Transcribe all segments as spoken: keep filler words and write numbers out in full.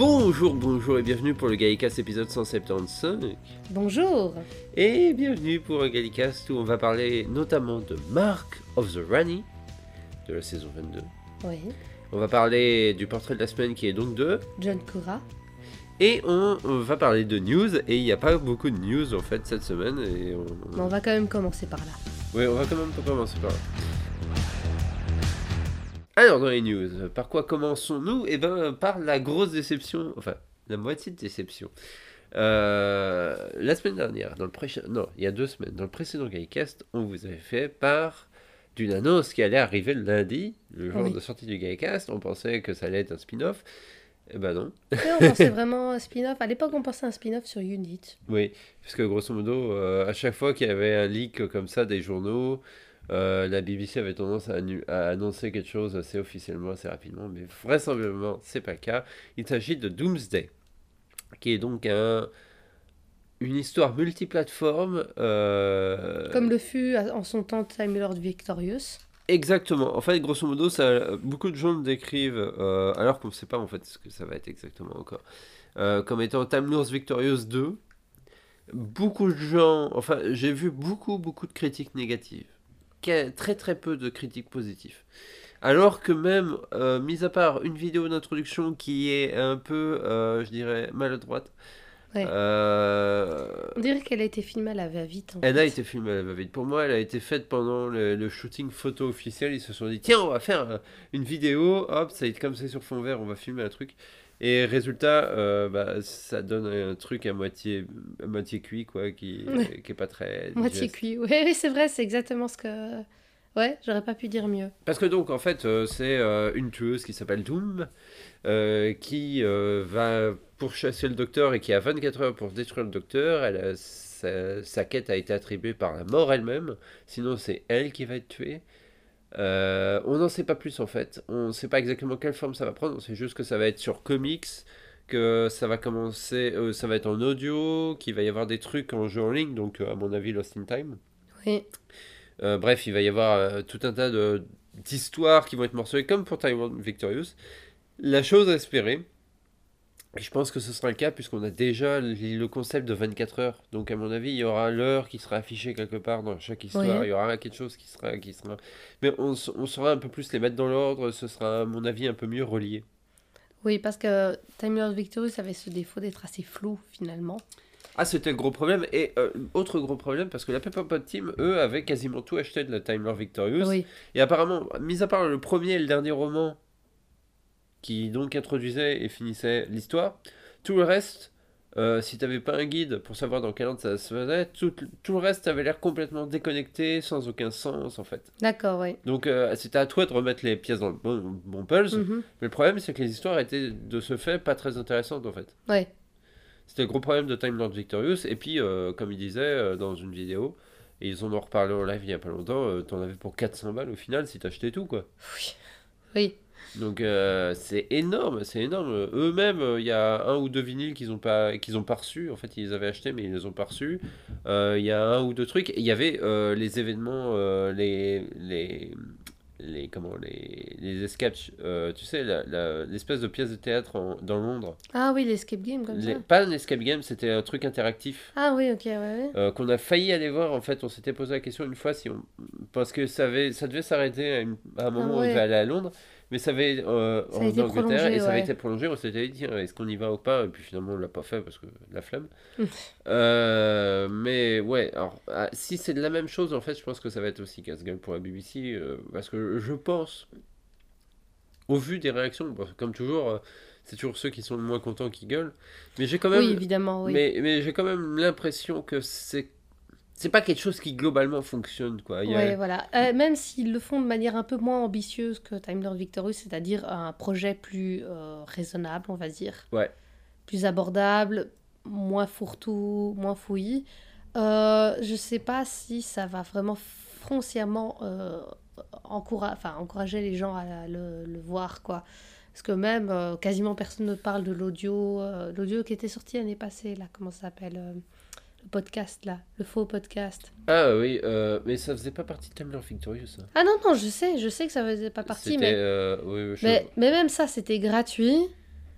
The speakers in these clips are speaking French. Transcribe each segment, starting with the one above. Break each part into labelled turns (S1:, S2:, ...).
S1: Bonjour, bonjour et bienvenue pour le Gallicast épisode cent soixante-quinze.
S2: Bonjour.
S1: Et bienvenue pour un Gallicast où on va parler notamment de Mark of the Rani de la saison vingt-deux.
S2: Oui.
S1: On va parler du portrait de la semaine qui est donc de
S2: John Cura.
S1: Et on, on va parler de news, et il n'y a pas beaucoup de news en fait cette semaine. Et on...
S2: Mais on va quand même commencer par là.
S1: Oui, on va quand même commencer par là. Alors dans les news, par quoi commençons-nous? Eh ben par la grosse déception, enfin la moitié de déception. Euh, la semaine dernière, dans le pré- non, il y a deux semaines, dans le précédent Gallicast, on vous avait fait part d'une annonce qui allait arriver le lundi, le jour oui. de sortie du Gallicast. On pensait que ça allait être un spin-off. Eh ben non.
S2: Et on pensait vraiment un spin-off. À l'époque, on pensait un spin-off sur Unit.
S1: Oui, parce que grosso modo, euh, à chaque fois qu'il y avait un leak comme ça des journaux, euh, la B B C avait tendance à, annu- à annoncer quelque chose assez officiellement, assez rapidement, mais vraisemblablement, c'est pas le cas. Il s'agit de Doomsday, qui est donc un, une histoire multiplateforme. Euh...
S2: Comme le fut en son temps Time Lord Victorious.
S1: Exactement. En fait, grosso modo, ça, beaucoup de gens le décrivent, euh, alors qu'on ne sait pas en fait ce que ça va être exactement encore, euh, comme étant Time Lords Victorious deux. Beaucoup de gens, enfin, j'ai vu beaucoup, beaucoup de critiques négatives. Très, très peu de critiques positives. Alors que même, euh, mis à part une vidéo d'introduction qui est un peu, euh, je dirais, maladroite,
S2: ouais.
S1: euh...
S2: on dirait qu'elle a été filmée à la va-vite.
S1: Elle
S2: fait.
S1: a été filmée à la va-vite. Pour moi, elle a été faite pendant le, le shooting photo officiel. Ils se sont dit, tiens, on va faire une vidéo, hop, ça va être comme ça sur fond vert, on va filmer un truc. Et résultat, euh, bah, ça donne un truc à moitié, à moitié cuit, quoi, qui,
S2: ouais.
S1: qui est pas très...
S2: Moitié cuit, oui, oui, c'est vrai, c'est exactement ce que... Ouais, j'aurais pas pu dire mieux.
S1: Parce que donc, en fait, euh, c'est euh, une tueuse qui s'appelle Doom, euh, qui euh, va pourchasser le docteur et qui a vingt-quatre heures pour détruire le docteur. Elle a, sa, sa quête a été attribuée par la mort elle-même, sinon c'est elle qui va être tuée. Euh, on n'en sait pas plus en fait, on ne sait pas exactement quelle forme ça va prendre, on sait juste que ça va être sur comics, que ça va commencer, euh, ça va être en audio, qu'il va y avoir des trucs en jeu en ligne, donc euh, à mon avis Lost in Time.
S2: Oui.
S1: Euh, bref, il va y avoir euh, tout un tas de, d'histoires qui vont être morcelées comme pour Time Lord Victorious. La chose à espérer, et je pense que ce sera le cas puisqu'on a déjà le, le concept de vingt-quatre heures. Donc à mon avis, il y aura l'heure qui sera affichée quelque part dans chaque histoire. Oui. Il y aura quelque chose qui sera... Qui sera... Mais on, on saura un peu plus les mettre dans l'ordre. Ce sera à mon avis un peu mieux relié.
S2: Oui, parce que Time Lord Victorious avait ce défaut d'être assez flou finalement.
S1: Ah, c'était le gros problème. Et euh, autre gros problème, parce que la Pepperpot Team, eux, avaient quasiment tout acheté de la Time Lord Victorious.
S2: Oui.
S1: Et apparemment, mis à part le premier et le dernier roman, qui donc introduisait et finissait l'histoire, tout le reste, euh, si t'avais pas un guide pour savoir dans quel ordre ça se faisait, tout, tout le reste avait l'air complètement déconnecté, sans aucun sens en fait.
S2: D'accord, oui.
S1: Donc euh, c'était à toi de remettre les pièces dans le bon, bon puzzle, mm-hmm. Mais le problème c'est que les histoires étaient de ce fait pas très intéressantes en fait.
S2: Ouais.
S1: C'était le gros problème de Time Lord Victorious, et puis euh, comme il disait euh, dans une vidéo, et ils en ont reparlé en live il y a pas longtemps, euh, t'en avais pour quatre cents balles au final si t'achetais tout quoi.
S2: Oui. Oui.
S1: Donc euh, c'est énorme, c'est énorme. Eux-mêmes, il euh, y a un ou deux vinyles qu'ils n'ont pas, qu'ils ont pas reçus. En fait, ils les avaient achetés, mais ils les ont pas reçus. Il euh, y a un ou deux trucs. Il y avait euh, les événements, euh, les, les, les, comment, les, les sketchs. Euh, tu sais, la, la, l'espèce de pièce de théâtre en, dans Londres.
S2: Ah oui, l'escape game comme
S1: les,
S2: ça.
S1: Pas un escape game, c'était un truc interactif.
S2: Ah oui, ok, ouais. ouais.
S1: Euh, qu'on a failli aller voir. En fait, on s'était posé la question une fois si on, parce que ça avait, ça devait s'arrêter à, une, à un moment ah, ouais. où on devait aller à Londres. Mais ça avait euh, ça en Angleterre et ça avait ouais. été prolongé. On s'était dit, tiens, est-ce qu'on y va ou pas? Et puis finalement, on l'a pas fait parce que la flemme. euh, mais ouais, alors ah, si c'est de la même chose, en fait, je pense que ça va être aussi casse-gueule pour la B B C. Euh, parce que je pense, au vu des réactions, bon, comme toujours, euh, c'est toujours ceux qui sont le moins contents qui gueulent. Mais j'ai quand même.
S2: Oui, évidemment, oui.
S1: Mais, mais j'ai quand même l'impression que c'est. C'est pas quelque chose qui globalement fonctionne, quoi.
S2: Il y a... Ouais, voilà. Euh, même s'ils le font de manière un peu moins ambitieuse que Time Lord Victorious, c'est-à-dire un projet plus euh, raisonnable, on va dire.
S1: Ouais.
S2: Plus abordable, moins fourre-tout, moins fouillis. Euh, je sais pas si ça va vraiment foncièrement euh, encoura... enfin, encourager les gens à le, le voir, quoi. Parce que même, euh, quasiment personne ne parle de l'audio. Euh, l'audio qui était sorti l'année passée, là, comment ça s'appelle euh... Le podcast, là, le faux podcast.
S1: Ah oui, euh, mais ça faisait pas partie de Time Lord Victorious, ça.
S2: Ah non, non, je sais, je sais que ça faisait pas partie,
S1: c'était,
S2: mais...
S1: Euh, oui, je...
S2: mais... mais même ça, c'était gratuit.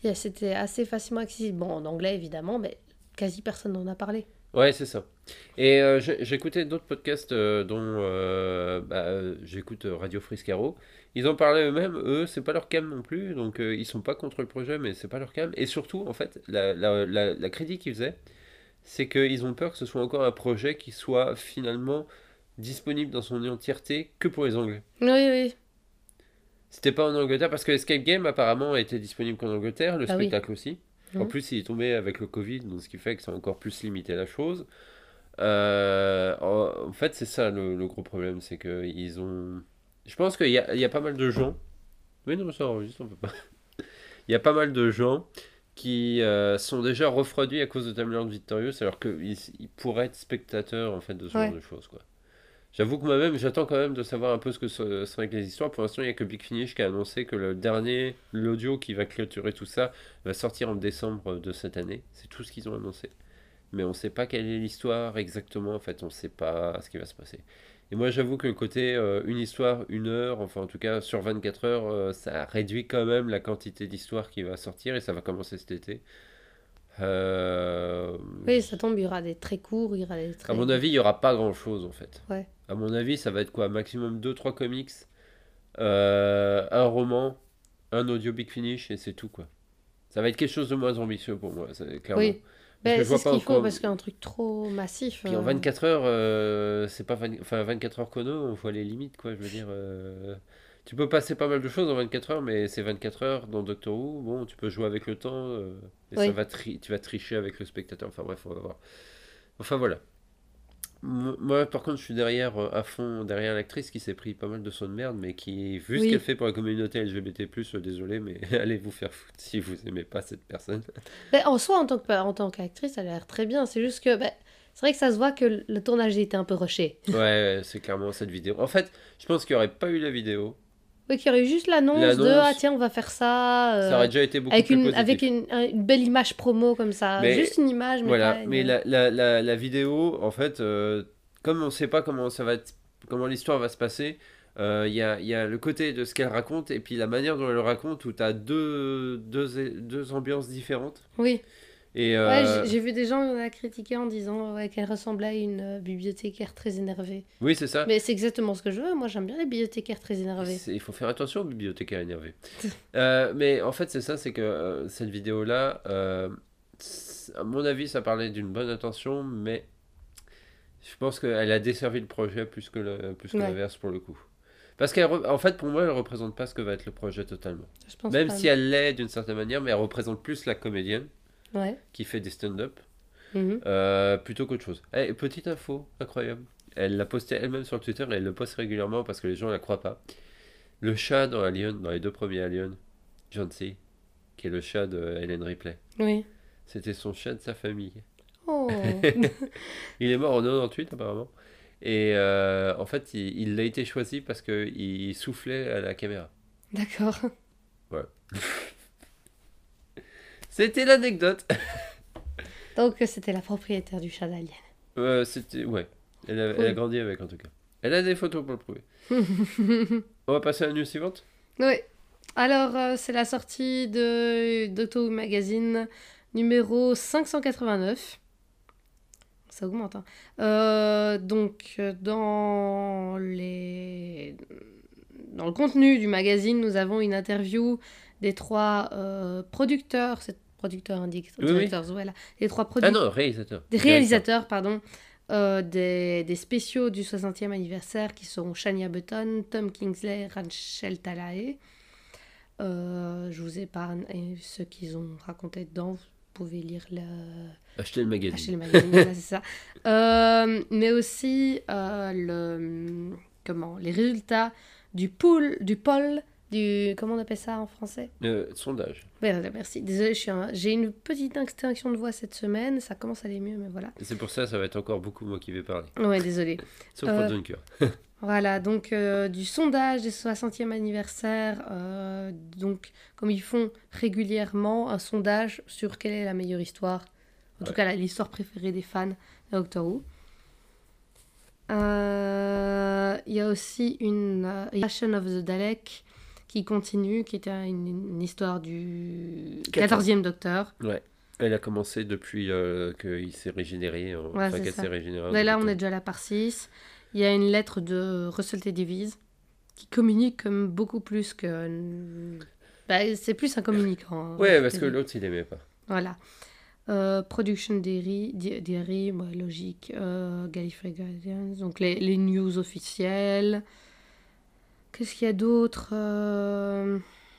S2: Yeah, c'était assez facilement accessible. Bon, en anglais, évidemment, mais quasi personne n'en a parlé.
S1: Ouais, c'est ça. Et euh, j'ai- j'écoutais d'autres podcasts euh, dont euh, bah, euh, j'écoute euh, Radio Friscaro. Ils en parlaient eux-mêmes, eux, c'est pas leur cam non plus, donc euh, ils sont pas contre le projet, mais c'est pas leur cam. Et surtout, en fait, la, la, la, la critique qu'ils faisaient, c'est qu'ils ont peur que ce soit encore un projet qui soit finalement disponible dans son entièreté que pour les Anglais.
S2: Oui, oui.
S1: C'était pas en Angleterre, parce que Escape Game apparemment était disponible qu'en Angleterre, le
S2: Ah oui.
S1: spectacle aussi. En
S2: Mhm.
S1: plus, il est tombé avec le Covid, donc ce qui fait que ça a encore plus limité la chose. Euh, en, en fait, c'est ça le, le gros problème, c'est que ils ont. Je pense qu'il y a, il y a pas mal de gens. Oui, non, mais ça enregistre, on peut pas. Il y a pas mal de gens qui euh, sont déjà refroidis à cause de Time Lord Victorious, alors qu'ils ils pourraient être spectateurs en fait de ce genre
S2: Ouais.
S1: de choses, quoi. J'avoue que moi-même, j'attends quand même de savoir un peu ce que ce seraient les histoires. Pour l'instant, il n'y a que Big Finish qui a annoncé que le dernier, l'audio qui va clôturer tout ça, va sortir en décembre de cette année. C'est tout ce qu'ils ont annoncé. Mais on ne sait pas quelle est l'histoire exactement. En fait, on ne sait pas ce qui va se passer. Et moi, j'avoue que le côté euh, une histoire, une heure, enfin en tout cas sur vingt-quatre heures, euh, ça réduit quand même la quantité d'histoires qui va sortir et ça va commencer cet été. Euh,
S2: Oui, ça tombe, il y aura des très courts, il y aura des
S1: À
S2: très...
S1: mon avis, il n'y aura pas grand-chose en fait.
S2: Ouais.
S1: À mon avis, ça va être quoi? Maximum deux trois comics, euh, un roman, un audio Big Finish et c'est tout quoi. Ça va être quelque chose de moins ambitieux pour moi, c'est- clairement.
S2: Oui.
S1: Parce que
S2: Ben,
S1: je
S2: c'est
S1: vois
S2: ce
S1: pas
S2: qu'il faut,
S1: encore.
S2: parce qu'un truc trop massif...
S1: Puis en
S2: euh,
S1: vingt-quatre heures, euh, c'est pas vingt enfin vingt-quatre heures chrono, on voit les limites quoi, je veux dire. euh, Tu peux passer pas mal de choses en vingt-quatre heures, mais c'est vingt-quatre heures dans Doctor Who, bon, tu peux jouer avec le temps euh, et ça
S2: Oui.
S1: va tri- tu vas tricher avec le spectateur. Enfin bref, on va voir. Enfin voilà. M- Moi, par contre, je suis derrière, euh, à fond, derrière l'actrice qui s'est pris pas mal de sons de merde, mais qui, vu ce qu'elle
S2: Oui.
S1: fait pour la communauté L G B T plus, euh, désolé, mais allez vous faire foutre si vous aimez pas cette personne.
S2: Ben, en soi, en tant que, en tant qu'actrice, elle a l'air très bien. C'est juste que... Ben, c'est vrai que ça se voit que le le tournage était un peu rushé.
S1: Ouais, ouais, c'est clairement cette vidéo. En fait, je pense qu'il n'y aurait pas eu la vidéo.
S2: Oui, qu'il y aurait eu juste l'annonce de «Ah
S1: L'annonce,
S2: tiens, on va faire ça
S1: ça aurait
S2: euh,
S1: déjà été beaucoup
S2: avec
S1: plus
S2: une, avec
S1: positif.
S2: une, un- une belle image promo comme ça».
S1: Mais
S2: Juste une image, mais
S1: voilà,
S2: pas
S1: mais
S2: une...
S1: la, la, la, la vidéo, en fait, euh, comme on ne sait pas comment ça va être, comment l'histoire va se passer, euh, il y a, il y a le côté de ce qu'elle raconte et puis la manière dont elle le raconte où tu as deux, deux, deux ambiances différentes.
S2: Oui.
S1: Et
S2: Ouais,
S1: euh,
S2: j'ai j'ai vu des gens la critiquer en disant ouais, qu'elle ressemblait à une euh, bibliothécaire très énervée.
S1: oui, c'est ça.
S2: Mais c'est exactement ce que je veux. Moi, j'aime bien les bibliothécaires très énervés.
S1: C'est- Il faut faire attention aux bibliothécaires énervés. Euh, mais en fait, c'est ça, c'est que euh, cette vidéo-là, euh, c- à mon avis, ça parlait d'une bonne intention, mais je pense qu'elle a desservi le projet plus que le, plus que
S2: Ouais,
S1: l'inverse pour le coup. Parce qu'en en fait, pour moi, elle représente pas ce que va être le projet totalement.
S2: je pense
S1: Même
S2: pas.
S1: si elle l'est d'une certaine manière, mais elle représente plus la comédienne
S2: Ouais.
S1: qui fait des stand-up
S2: Mhm.
S1: euh, plutôt qu'autre chose. Eh, petite info, incroyable. Elle l'a posté elle-même sur le Twitter et elle le poste régulièrement parce que les gens la croient pas. Le chat dans Alien, dans les deux premiers Aliens, John C, qui est le chat de Ellen Ripley,
S2: Oui.
S1: c'était son chat de sa famille.
S2: Oh.
S1: Il est mort en quatre-vingt-dix-huit apparemment. Et euh, en fait, il, il a été choisi parce qu'il soufflait à la caméra.
S2: D'accord.
S1: Voilà. C'était l'anecdote.
S2: Donc, c'était la propriétaire du chat d'Alien.
S1: Euh, c'était, ouais. Elle a, elle a
S2: Cool.
S1: grandi avec en tout cas. Elle a des photos pour le prouver. On va passer à la news suivante.
S2: Oui. Alors, euh, c'est la sortie de Doctor Who Magazine numéro cinq cent quatre-vingt-neuf. Ça augmente, hein. Euh, donc, euh, dans les... dans le contenu du magazine, nous avons une interview des trois euh, producteurs, c'est producteur indique,
S1: Oui, oui.
S2: directeurs, voilà, les trois
S1: Ah
S2: producteurs,
S1: non, réalisateur.
S2: des
S1: Directeur.
S2: réalisateurs, pardon, euh, des, des spéciaux du soixantième anniversaire qui sont Shania Button, Tom Kingsley, Rachel Tallahaye. Euh, je vous épargne et ceux qu'ils ont raconté dedans, vous pouvez lire le...
S1: Acheter le magazine.
S2: acheter le magazine, voilà, c'est ça. Euh, mais aussi euh, le, comment, les résultats du pool, du poll, du... Comment on appelle ça en français?
S1: Euh, sondage.
S2: Voilà, merci. Désolée, je suis un- j'ai une petite extinction de voix cette semaine. Ça commence à aller mieux, mais voilà.
S1: Et c'est pour ça, ça va être encore beaucoup moi qui vais parler.
S2: Ouais, désolée.
S1: Sauf
S2: Euh,
S1: pour Dunker.
S2: Voilà, donc euh, du sondage des soixantième anniversaire. euh, donc, comme ils font régulièrement un sondage sur quelle est la meilleure histoire. En tout
S1: Ouais.
S2: cas, la- l'histoire préférée des fans de Doctor Who. Euh, Il y a aussi une euh, Passion of the Dalek qui continue, qui était une, une histoire du quatorzième Docteur.
S1: Ouais. Elle a commencé depuis euh, qu'il s'est régénéré. Euh,
S2: ouais,
S1: enfin,
S2: c'est
S1: qu'elle
S2: ça.
S1: s'est régénérée.
S2: Mais là, on est déjà à la par six. Il y a une lettre de Russell T Davies qui communique comme beaucoup plus que... Bah, c'est plus un communicant. Hein,
S1: ouais, parce que l'autre, il aimait pas.
S2: Voilà. Euh, Production Diary, Diary, ouais, logique. Euh, Gallifrey Guardians, donc les, les news officielles. Qu'est-ce qu'il y a d'autre euh...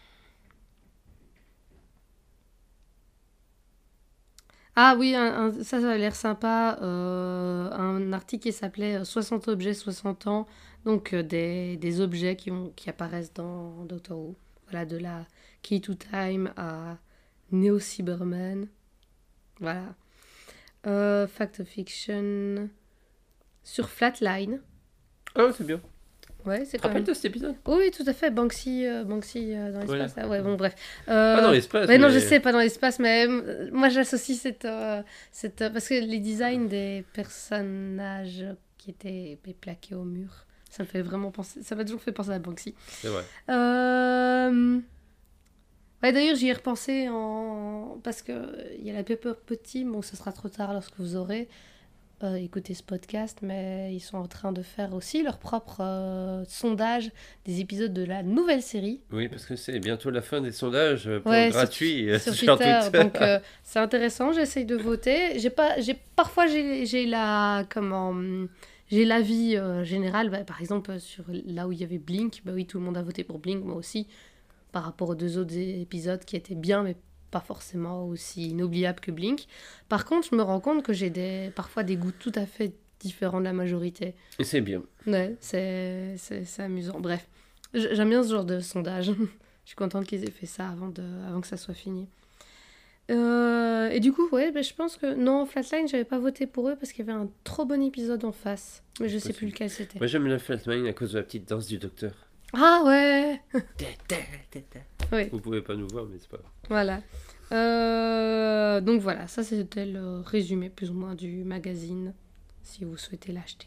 S2: Ah oui, un, un, ça, ça a l'air sympa. Euh, un article qui s'appelait soixante objets, soixante ans. Donc euh, des, des objets qui, ont, qui apparaissent dans Doctor Who. Voilà, de la Key to Time à Neo Cyberman. Voilà. Euh, Fact of Fiction. Sur Flatline.
S1: Ah, c'est bien.
S2: Ouais, c'est
S1: quand même... de cet épisode?
S2: Oui, tout à fait. Banksy, euh, Banksy euh, dans l'espace. Voilà. Ah, ouais, bon, bref.
S1: Euh... Pas dans l'espace.
S2: Ouais, mais... Non, je sais, pas dans l'espace, mais euh, moi j'associe cette, euh, cette. Euh, parce que les designs des personnages qui étaient plaqués au mur, ça me fait vraiment penser. Ça m'a toujours fait penser à Banksy.
S1: C'est vrai.
S2: Euh... Ouais, d'ailleurs, j'y ai repensé en. Parce qu'il y a la Pepper Potty, bon, ce sera trop tard lorsque vous aurez. Euh, écouter ce podcast, mais ils sont en train de faire aussi leur propre euh, sondage des épisodes de la nouvelle série.
S1: Oui, parce que c'est bientôt la fin des sondages pour
S2: ouais,
S1: gratuit
S2: sur, sur, Twitter. Twitter. Donc euh, c'est intéressant, j'essaye de voter. J'ai pas, j'ai parfois j'ai, j'ai la comment, j'ai l'avis euh, général. Bah, par exemple sur là où il y avait Blink, bah oui tout le monde a voté pour Blink, moi aussi, par rapport aux deux autres épisodes qui étaient bien, mais pas forcément aussi inoubliable que Blink. Par contre, je me rends compte que j'ai des, parfois des goûts tout à fait différents de la majorité.
S1: Et c'est bien.
S2: Ouais, c'est, c'est, c'est amusant. Bref, j'aime bien ce genre de sondage. Je suis contente qu'ils aient fait ça avant, de, avant que ça soit fini. Euh, et du coup, ouais, ben, je pense que... Non, Flatline, j'avais pas voté pour eux parce qu'il y avait un trop bon épisode en face. Mais je sais plus lequel c'était.
S1: Moi, j'aime la Flatline à cause de la petite danse du docteur.
S2: Ah ouais.
S1: Oui. Vous pouvez pas nous voir, mais c'est pas grave.
S2: Voilà. Euh, donc voilà, ça c'était le résumé plus ou moins du magazine, si vous souhaitez l'acheter.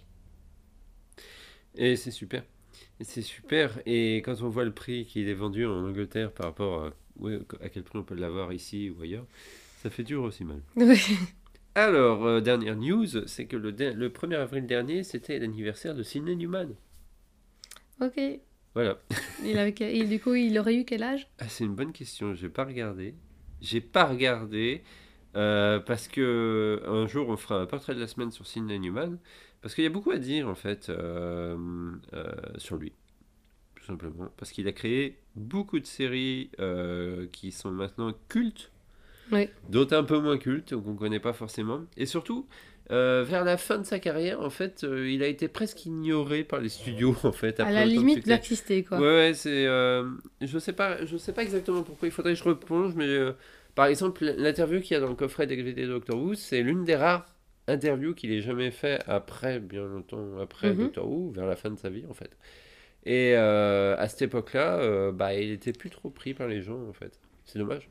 S1: Et c'est super. Et c'est super. Et quand on voit le prix qu'il est vendu en Angleterre par rapport à, ouais, à quel prix on peut l'avoir ici ou ailleurs, ça fait dur aussi mal.
S2: Oui.
S1: Alors, euh, dernière news, c'est que le, de- le premier avril dernier, c'était l'anniversaire de Sidney Newman.
S2: Ok.
S1: Voilà.
S2: Il avait, il, du coup, il aurait eu quel âge?
S1: Ah, c'est une bonne question, j'ai pas regardé. J'ai pas regardé euh, parce que un jour on fera un portrait de la semaine sur Sidney Newman parce qu'il y a beaucoup à dire en fait euh, euh, sur lui, tout simplement parce qu'il a créé beaucoup de séries euh, qui sont maintenant cultes,
S2: oui.
S1: D'autres un peu moins cultes ou qu'on connaît pas forcément, et surtout euh, vers la fin de sa carrière en fait euh, il a été presque ignoré par les studios en fait
S2: après à la limite d'accister quoi.
S1: Ouais, ouais c'est euh, je sais pas je sais pas exactement pourquoi, il faudrait que je replonge, mais euh, par exemple l'interview qu'il y a dans le coffret D V D de Doctor Who, c'est l'une des rares interviews qu'il ait jamais fait après, bien longtemps après mm-hmm. Doctor Who, vers la fin de sa vie en fait, et euh, à cette époque là euh, bah il était plus trop pris par les gens en fait, c'est dommage.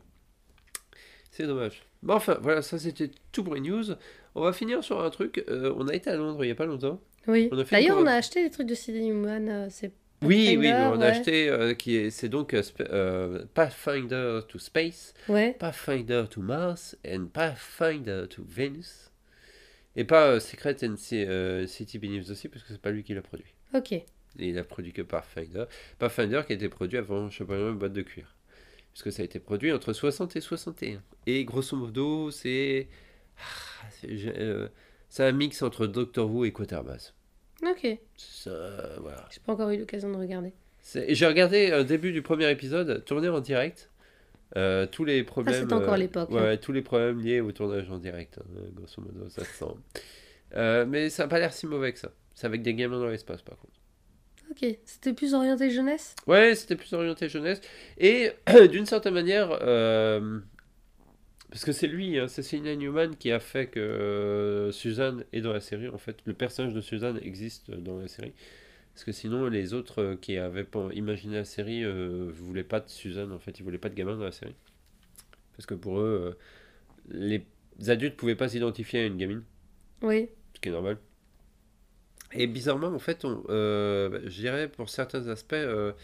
S1: C'est dommage. Bon, enfin, voilà, ça c'était tout pour les news. On va finir sur un truc. Euh, on a été à Londres il n'y a pas longtemps.
S2: Oui. On a fait D'ailleurs, on a acheté des trucs de Sidney Newman. Euh, c'est
S1: oui, oui, on ouais. a acheté. Euh, qui est, c'est donc euh, Pathfinder to Space,
S2: ouais.
S1: Pathfinder to Mars, et Pathfinder to Venus. Et pas euh, Secret and euh, City Beneath aussi, parce que c'est pas lui qui l'a produit.
S2: Ok.
S1: Et il a produit que Pathfinder. Pathfinder qui a été produit avant, je sais pas, une boîte de cuir. Puisque ça a été produit entre soixante et soixante et un. Et grosso modo, c'est... Ah, c'est, euh, c'est un mix entre Doctor Who et Quatermass.
S2: Ok.
S1: Ça, voilà.
S2: J'ai pas encore eu l'occasion de regarder.
S1: C'est... J'ai regardé le début du premier épisode, tourné en direct. Euh, tous les problèmes...
S2: Ah, c'était encore euh, l'époque.
S1: Ouais,
S2: hein.
S1: tous les problèmes liés au tournage en direct. Hein, grosso modo, ça se sent. Euh, mais ça n'a pas l'air si mauvais que ça. C'est avec des gamins dans l'espace, par contre.
S2: Ok, c'était plus orienté jeunesse ?
S1: Ouais, c'était plus orienté jeunesse. Et d'une certaine manière, euh, parce que c'est lui, hein, c'est Sidney Newman qui a fait que euh, Suzanne est dans la série. En fait, le personnage de Suzanne existe dans la série. Parce que sinon, les autres euh, qui avaient imaginé la série ne euh, voulaient pas de Suzanne. En fait, ils voulaient pas de gamin dans la série. Parce que pour eux, euh, les adultes ne pouvaient pas s'identifier à une gamine.
S2: Oui.
S1: Ce qui est normal. Et bizarrement, en fait, on, euh, je dirais pour certains aspects, euh,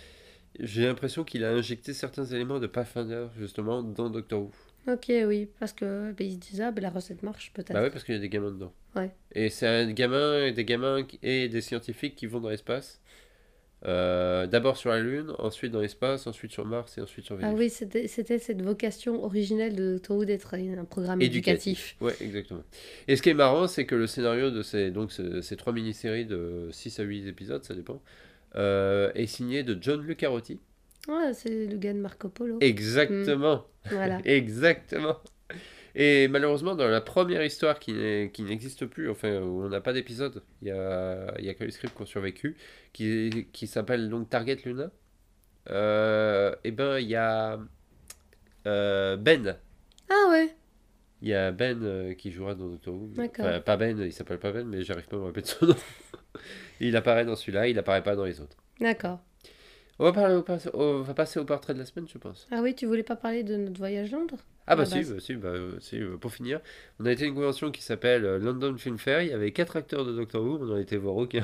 S1: j'ai l'impression qu'il a injecté certains éléments de Pathfinder, justement, dans Doctor Who.
S2: Ok, oui, parce que bah, ils se disent, ah, bah, la recette marche peut-être.
S1: Bah oui, parce qu'il y a des gamins dedans.
S2: Ouais.
S1: Et c'est un gamin et des gamins et des scientifiques qui vont dans l'espace. Euh, d'abord sur la Lune, ensuite dans l'espace, ensuite sur Mars et ensuite sur Vénus.
S2: Ah oui, c'était, c'était cette vocation originelle de Doctor Who d'être un programme éducatif.
S1: Éducatif. Ouais, exactement. Et ce qui est marrant, c'est que le scénario de ces, donc, ces, ces trois mini-séries de six à huit épisodes, ça dépend, euh, est signé de John Le Carrotti.
S2: Ouais, c'est le gars de Marco Polo.
S1: Exactement.
S2: Mmh. Voilà.
S1: Exactement. Et malheureusement, dans la première histoire qui, n'est, qui n'existe plus, enfin, où on n'a pas d'épisode, il y a, il y a que les scripts qui ont survécu, qui, qui s'appelle donc Target Luna, euh, et ben il y a euh, Ben.
S2: Ah ouais.
S1: Il y a Ben euh, qui jouera dans Doctor Who.
S2: D'accord.
S1: Enfin, pas Ben, il s'appelle pas Ben, mais j'arrive pas à me rappeler de son nom. Il apparaît dans celui-là, il apparaît pas dans les autres.
S2: D'accord.
S1: On va, parler au, on va passer au portrait de la semaine, je pense.
S2: Ah oui, tu voulais pas parler de notre voyage à Londres?
S1: Ah bah si, bah, si, bah, si, pour finir, on a été à une convention qui s'appelle London Film Fair, il y avait quatre acteurs de Doctor Who, on en a été voir aucun.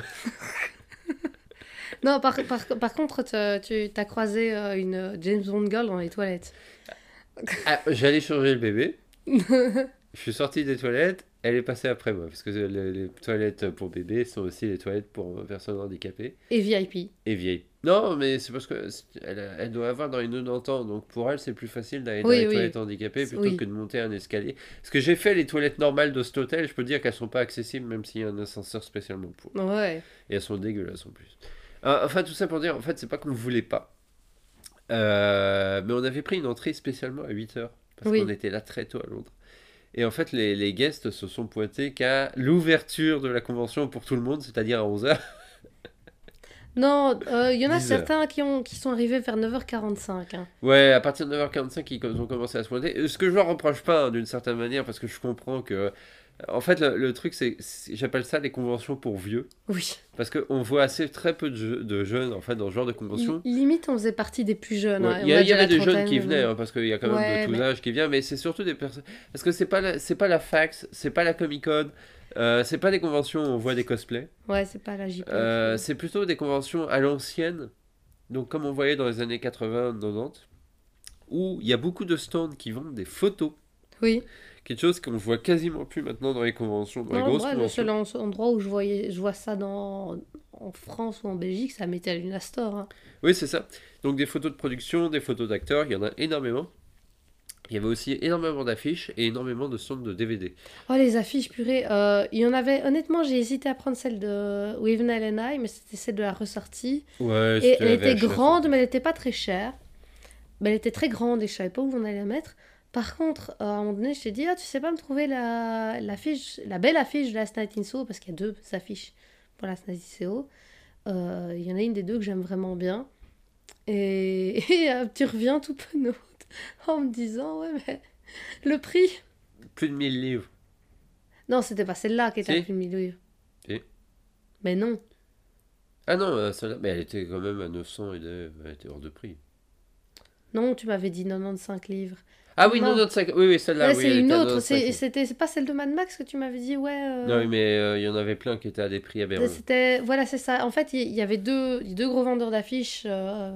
S2: Non, par, par, par contre, tu as croisé une James Bond girl dans les toilettes.
S1: Ah, j'allais changer le bébé, je suis sorti des toilettes, elle est passée après moi, parce que les, les toilettes pour bébé sont aussi les toilettes pour personnes handicapées.
S2: Et V I P.
S1: Et vieilles. Non, mais c'est parce que elle, elle doit avoir dans les quatre-vingts ans, donc pour elle c'est plus facile d'aller dans
S2: oui,
S1: les
S2: oui.
S1: toilettes handicapées plutôt
S2: oui.
S1: que de monter un escalier. Parce que j'ai fait les toilettes normales de cet hôtel, je peux dire qu'elles sont pas accessibles même s'il y a un ascenseur spécialement pour.
S2: Ouais.
S1: Et elles sont dégueulasses en plus. Enfin tout ça pour dire, en fait c'est pas qu'on ne voulait pas. Euh, mais on avait pris une entrée spécialement à huit heures, parce oui. qu'on était là très tôt à Londres. Et en fait les, les guests se sont pointés qu'à l'ouverture de la convention pour tout le monde, c'est-à-dire à onze heures.
S2: Non, il euh, y en a certains qui, ont, qui sont arrivés vers neuf heures quarante-cinq. Hein.
S1: Ouais, à partir de neuf heures quarante-cinq, ils ont commencé à se pointer. Ce que je leur reproche pas, hein, d'une certaine manière, parce que je comprends que... En fait, le, le truc, c'est, c'est... J'appelle ça les conventions pour vieux.
S2: Oui.
S1: Parce qu'on voit assez très peu de, jeux, de jeunes, en fait, dans ce genre de convention.
S2: L- limite, on faisait partie des plus jeunes.
S1: Ouais.
S2: Hein,
S1: il y, a, il y avait des jeunes qui venaient, hein, parce qu'il y a quand même ouais, de tous mais... âges qui viennent, mais c'est surtout des personnes... Parce que c'est pas la, c'est pas la Fax, c'est pas la Comic-Con... Euh, c'est pas des conventions où on voit des cosplays.
S2: Ouais, c'est pas la J P.
S1: Euh, c'est plutôt des conventions à l'ancienne, donc comme on voyait dans les années quatre-vingts quatre-vingt-dix, où il y a beaucoup de stands qui vendent des photos.
S2: Oui.
S1: Quelque chose qu'on voit quasiment plus maintenant dans les conventions, dans
S2: non,
S1: les grosses
S2: moi,
S1: conventions.
S2: Le seul endroit où je, voyais, je vois ça dans, en France ou en Belgique, ça m'était à l'Unastor. Hein.
S1: Oui, c'est ça. Donc des photos de production, des photos d'acteurs, il y en a énormément. Il y avait aussi énormément d'affiches et énormément de stands de D V D.
S2: Oh, les affiches, purée. Euh, il y en avait... Honnêtement, j'ai hésité à prendre celle de Wavell and I, mais c'était celle de la ressortie.
S1: Ouais,
S2: et elle était grande, mais elle n'était pas très chère. Mais elle était très grande et je ne savais pas où on allait la mettre. Par contre, euh, à un moment donné, je t'ai dit, ah, tu sais pas me trouver la, la, fiche, la belle affiche de Last Night in Soho, parce qu'il y a deux affiches pour Last Night in Soho. Euh, il y en a une des deux que j'aime vraiment bien. Et, et euh, tu reviens tout penaud en me disant, ouais, mais le prix...
S1: Plus de mille livres.
S2: Non, c'était pas celle-là qui était
S1: si.
S2: à plus de mille livres.
S1: Si.
S2: Mais non.
S1: Ah non, celle-là, mais elle était quand même à neuf cents, elle était hors de prix.
S2: Non, tu m'avais dit quatre-vingt-quinze livres.
S1: Ah oui, quatre-vingt-quinze, oui, oui, celle-là.
S2: Là,
S1: oui,
S2: c'est une autre, c'est, c'était, c'est pas celle de Mad Max que tu m'avais dit, ouais. Euh...
S1: Non, mais il euh, y en avait plein qui étaient à des prix aberrants.
S2: C'était, voilà, c'est ça. En fait, il y, y avait deux, deux gros vendeurs d'affiches, euh,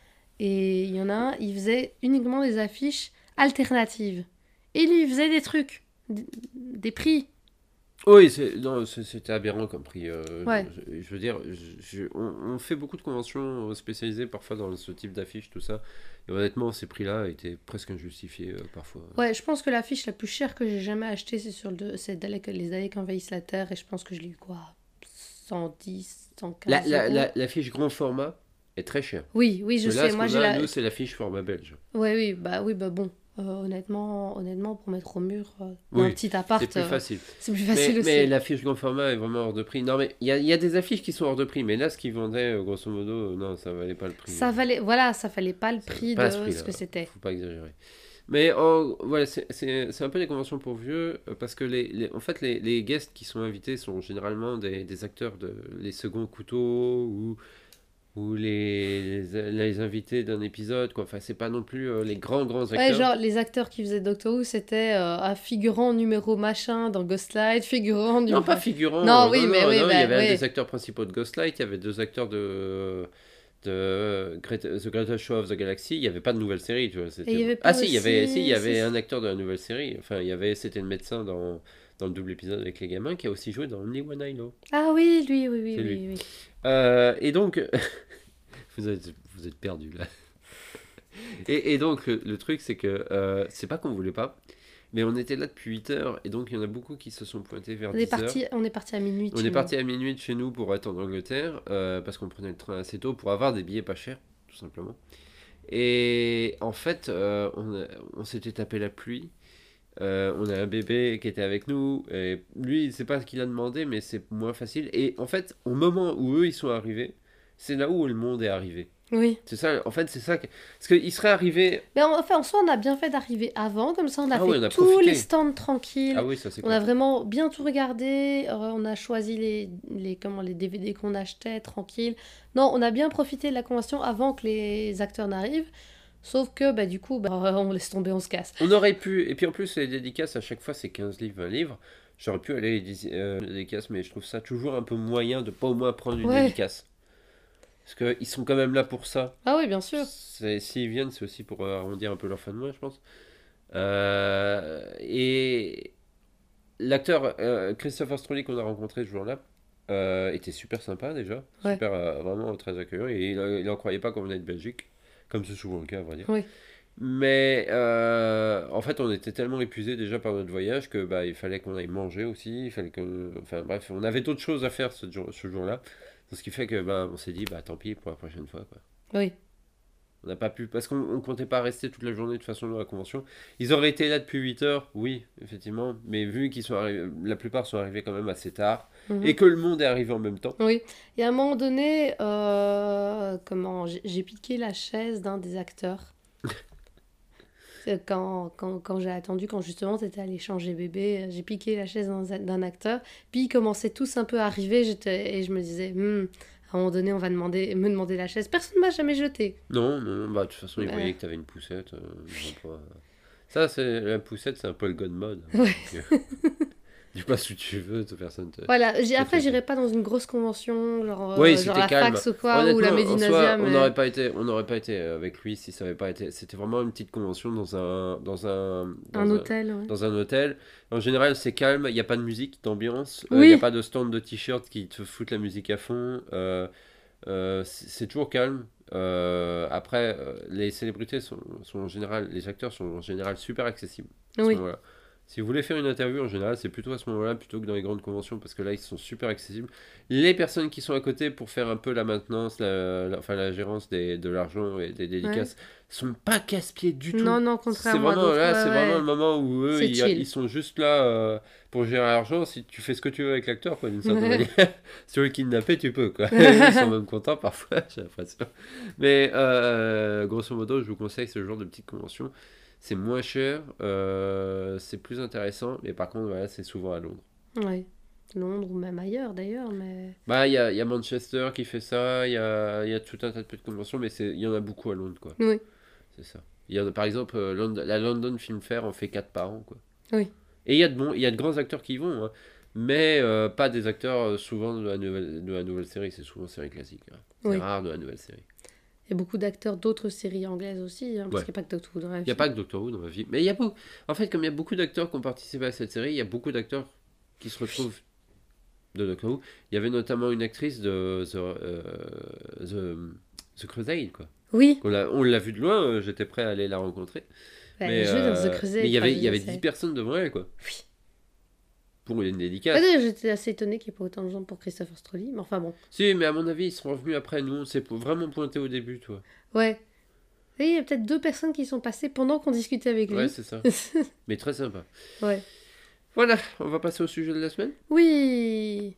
S2: et il y en a un, il faisait uniquement des affiches alternatives. Et lui, il faisait des trucs, des, des prix.
S1: Oui, c'est, non, c'est, c'était aberrant comme prix. Euh,
S2: ouais.
S1: je, je veux dire, je, je, on, on fait beaucoup de conventions spécialisées parfois dans ce type d'affiches, tout ça. Et honnêtement, ces prix-là étaient presque injustifiés euh, parfois.
S2: Ouais, je pense que l'affiche la plus chère que j'ai jamais achetée, c'est sur le, c'est les années qui envahissent la Terre. Et je pense que je l'ai eu quoi, cent dix, cent quinze
S1: la, la,
S2: euros.
S1: La, l'affiche grand format est très chère.
S2: Oui, oui, je
S1: là,
S2: sais.
S1: Ce
S2: Moi,
S1: qu'on
S2: j'ai
S1: a,
S2: la...
S1: nous, c'est l'affiche format belge.
S2: Ouais, oui, bah oui, bah bon. Euh, honnêtement, honnêtement, pour mettre au mur euh,
S1: oui,
S2: un petit appart,
S1: c'est plus
S2: euh,
S1: facile.
S2: C'est plus facile
S1: mais,
S2: aussi.
S1: Mais l'affiche grand format est vraiment hors de prix. Non, mais il y a, y a des affiches qui sont hors de prix, mais là, ce qu'ils vendaient, euh, grosso modo, euh, non, ça valait pas le prix.
S2: Ça valait, voilà, ça valait pas le prix
S1: pas
S2: de
S1: ce, prix,
S2: ce que c'était.
S1: Faut pas exagérer. Mais en, voilà, c'est, c'est, c'est un peu des conventions pour vieux, euh, parce que les, les, en fait, les, les guests qui sont invités sont généralement des, des acteurs de les seconds couteaux ou ou les, les, les invités d'un épisode, quoi. Enfin, c'est pas non plus euh, les grands, grands acteurs.
S2: Ouais, genre, les acteurs qui faisaient Doctor Who, c'était euh, un figurant numéro machin dans Ghostlight, figurant numéro...
S1: Non, pas figurant.
S2: Non, oui,
S1: non,
S2: mais
S1: non,
S2: oui,
S1: non,
S2: bah,
S1: il y avait
S2: oui.
S1: un des acteurs principaux de Ghostlight, il y avait deux acteurs de... de Greta- The Greatest Show of the Galaxy, il n'y avait pas de nouvelle série, tu vois. C'était...
S2: Et il y avait
S1: Ah
S2: pas
S1: si, il y avait,
S2: aussi...
S1: si, il y avait
S2: si-
S1: un acteur de la nouvelle série. Enfin, il y avait, c'était le médecin dans, dans le double épisode avec les gamins qui a aussi joué dans Only One I Know.
S2: Ah oui, lui, oui, oui,
S1: C'est lui.
S2: oui, oui.
S1: Euh, et donc, vous êtes, vous êtes perdus là. Et, et donc, le, le truc, c'est que euh, c'est pas qu'on voulait pas, mais on était là depuis huit heures, et donc il y en a beaucoup qui se sont pointés vers
S2: On est
S1: dix heures.
S2: parti, on est parti à minuit. de
S1: On
S2: chez
S1: est
S2: nous.
S1: parti à minuit de chez nous pour être en Angleterre, euh, parce qu'on prenait le train assez tôt pour avoir des billets pas chers, tout simplement. Et en fait, euh, on, a- on s'était tapé la pluie. Euh, on a un bébé qui était avec nous. Et lui, c'est pas ce qu'il a demandé, mais c'est moins facile. Et en fait, au moment où eux ils sont arrivés, c'est là où le monde est arrivé.
S2: Oui.
S1: C'est ça, en fait, c'est ça. Que... Parce qu'il serait arrivé.
S2: Mais en, enfin, en soi, on a bien fait d'arriver avant, comme ça, on a
S1: Ah
S2: fait
S1: oui, on a
S2: tous
S1: profité.
S2: les stands tranquilles.
S1: Ah oui, ça c'est
S2: On a
S1: cool.
S2: vraiment bien tout regardé. euh, on a choisi les, les, comment, les D V D qu'on achetait tranquille. Non, on a bien profité de la convention avant que les acteurs n'arrivent. Sauf que, bah, du coup, bah, on laisse tomber, on se casse.
S1: On aurait pu. Et puis en plus, les dédicaces, à chaque fois, c'est quinze livres, vingt livres. J'aurais pu aller les dis- euh, les dédicaces, mais je trouve ça toujours un peu moyen de pas au moins prendre une
S2: Ouais.
S1: dédicace. Parce qu'ils sont quand même là pour ça.
S2: Ah oui, bien sûr.
S1: C'est- S'ils viennent, c'est aussi pour euh, arrondir un peu leur fin de mois, je pense. Euh, et l'acteur euh, Christopher Stroley qu'on a rencontré ce jour-là euh, était super sympa déjà.
S2: Ouais.
S1: Super, euh, vraiment très accueillant. Et il n'en croyait pas qu'on venait de Belgique, comme c'est souvent le cas, à vrai dire.
S2: Oui.
S1: Mais euh, en fait, on était tellement épuisés déjà par notre voyage que bah, il fallait qu'on aille manger aussi. Il fallait que, enfin bref, on avait d'autres choses à faire ce jour, ce jour-là. Ce qui fait que bah, on s'est dit, bah tant pis pour la prochaine fois, quoi.
S2: Oui.
S1: On n'a pas pu, parce qu'on on comptait pas rester toute la journée de toute façon dans la convention. Ils auraient été là depuis huit heures, oui, effectivement, mais vu qu'ils sont arrivés, la plupart sont arrivés quand même assez tard,
S2: Mhm.
S1: et que le monde est arrivé en même temps.
S2: Oui. Et à un moment donné, euh, comment, j'ai j'ai piqué la chaise d'un des acteurs. C'est Quand, quand, quand j'ai attendu, quand justement t'étais allé changer bébé, j'ai piqué la chaise d'un d'un acteur. Puis ils commençaient tous un peu à arriver, j'étais, et je me disais, Hmm, à un moment donné, on va demander, me demander la chaise. Personne ne m'a jamais jeté.
S1: Non, non, non, bah de toute façon, ils
S2: Ouais.
S1: voyaient que tu avais une poussette. euh, ils ont pas- Ça, c'est la poussette, c'est un peu le god mode. hein,
S2: Ouais.
S1: donc, euh, dis pas ce que tu veux, toute personne te...
S2: Voilà, j'ai- après,
S1: fait.
S2: j'irai pas dans une grosse convention, genre, euh,
S1: Oui,
S2: genre
S1: c'était
S2: la
S1: calme.
S2: fax ou quoi, ou la
S1: Honnêtement, en
S2: Médina
S1: soi,
S2: Zia,
S1: on
S2: mais-
S1: n'aurait pas été, on n'aurait pas été avec lui si ça avait pas été. C'était vraiment une petite convention dans un, dans un, dans
S2: un hôtel. Ouais.
S1: dans un hôtel. En général, c'est calme. Il n'y a pas de musique, d'ambiance. Il
S2: Oui.
S1: n'y a pas de stand de t-shirt qui te foutent la musique à fond. Euh, euh, c'est c'est toujours calme. Euh, après, euh, les célébrités sont, sont en général, les acteurs sont en général super accessibles. à ce
S2: Oui.
S1: moment-là. Si vous voulez faire une interview, en général, c'est plutôt à ce moment-là, plutôt que dans les grandes conventions, parce que là, ils sont super accessibles. Les personnes qui sont à côté pour faire un peu la maintenance, la, la- enfin la gérance des, de l'argent et des dédicaces, sont pas casse-pieds du tout.
S2: Non, non,
S1: C'est
S2: contrairement à
S1: vraiment
S2: d'autres.
S1: là,
S2: ouais,
S1: c'est
S2: ouais.
S1: vraiment le moment où eux,
S2: C'est
S1: ils,
S2: chill.
S1: ils sont juste là euh, pour gérer l'argent. Si tu fais ce que tu veux avec l'acteur, quoi, d'une certaine
S2: Ouais.
S1: manière. Si tu veux le kidnapper, tu peux, quoi. Ils sont même contents parfois, j'ai l'impression. Mais euh, grosso modo, je vous conseille ce genre de petite convention. C'est moins cher, euh, c'est plus intéressant, mais par contre, voilà, c'est souvent à Londres.
S2: Ouais. Londres ou même ailleurs d'ailleurs, mais.
S1: Bah, il y a, il y a Manchester qui fait ça, il y a, il y a tout un tas de petites conventions, mais c'est- il y en a beaucoup à Londres, quoi.
S2: Oui.
S1: C'est ça. Il y en a, par exemple, euh, Lond- la London Film Fair en fait quatre par an, quoi.
S2: Oui.
S1: Et il y a de bons, il y a de grands acteurs qui y vont, hein, mais euh, pas des acteurs euh, souvent de la nouvelle, de la nouvelle série, c'est souvent série classique. hein. C'est
S2: Oui.
S1: rare de la nouvelle série.
S2: Il y a beaucoup d'acteurs d'autres séries anglaises aussi, hein, parce
S1: Ouais.
S2: qu'il n'y a pas que Doctor Who dans la
S1: Il n'y
S2: vie.
S1: a pas que Doctor Who dans ma vie, mais il y a beaucoup. En fait, comme il y a beaucoup d'acteurs qui ont participé à cette série, il y a beaucoup d'acteurs qui se retrouvent de Doctor Who. Il y avait notamment une actrice de The, euh, The, The Crusade, quoi.
S2: Oui.
S1: On l'a, on l'a vue de loin, euh, j'étais prêt à aller la rencontrer.
S2: Elle
S1: mais
S2: a joué dans
S1: euh,
S2: The Crusade.
S1: mais il y avait,
S2: enfin,
S1: il y avait
S2: je sais.
S1: dix personnes devant elle, quoi.
S2: Oui.
S1: Pour une dédicace.
S2: Ouais, j'étais assez étonnée qu'il n'y ait pas autant de gens pour Christopher Stroley, mais enfin bon.
S1: Si, mais à mon avis, ils sont revenus après. Nous, on s'est po- vraiment pointé au début, toi.
S2: Ouais. Et il y a peut-être deux personnes qui sont passées pendant qu'on discutait avec lui.
S1: Ouais, c'est ça. Mais très sympa.
S2: Ouais.
S1: Voilà, on va passer au sujet de la semaine.
S2: Oui.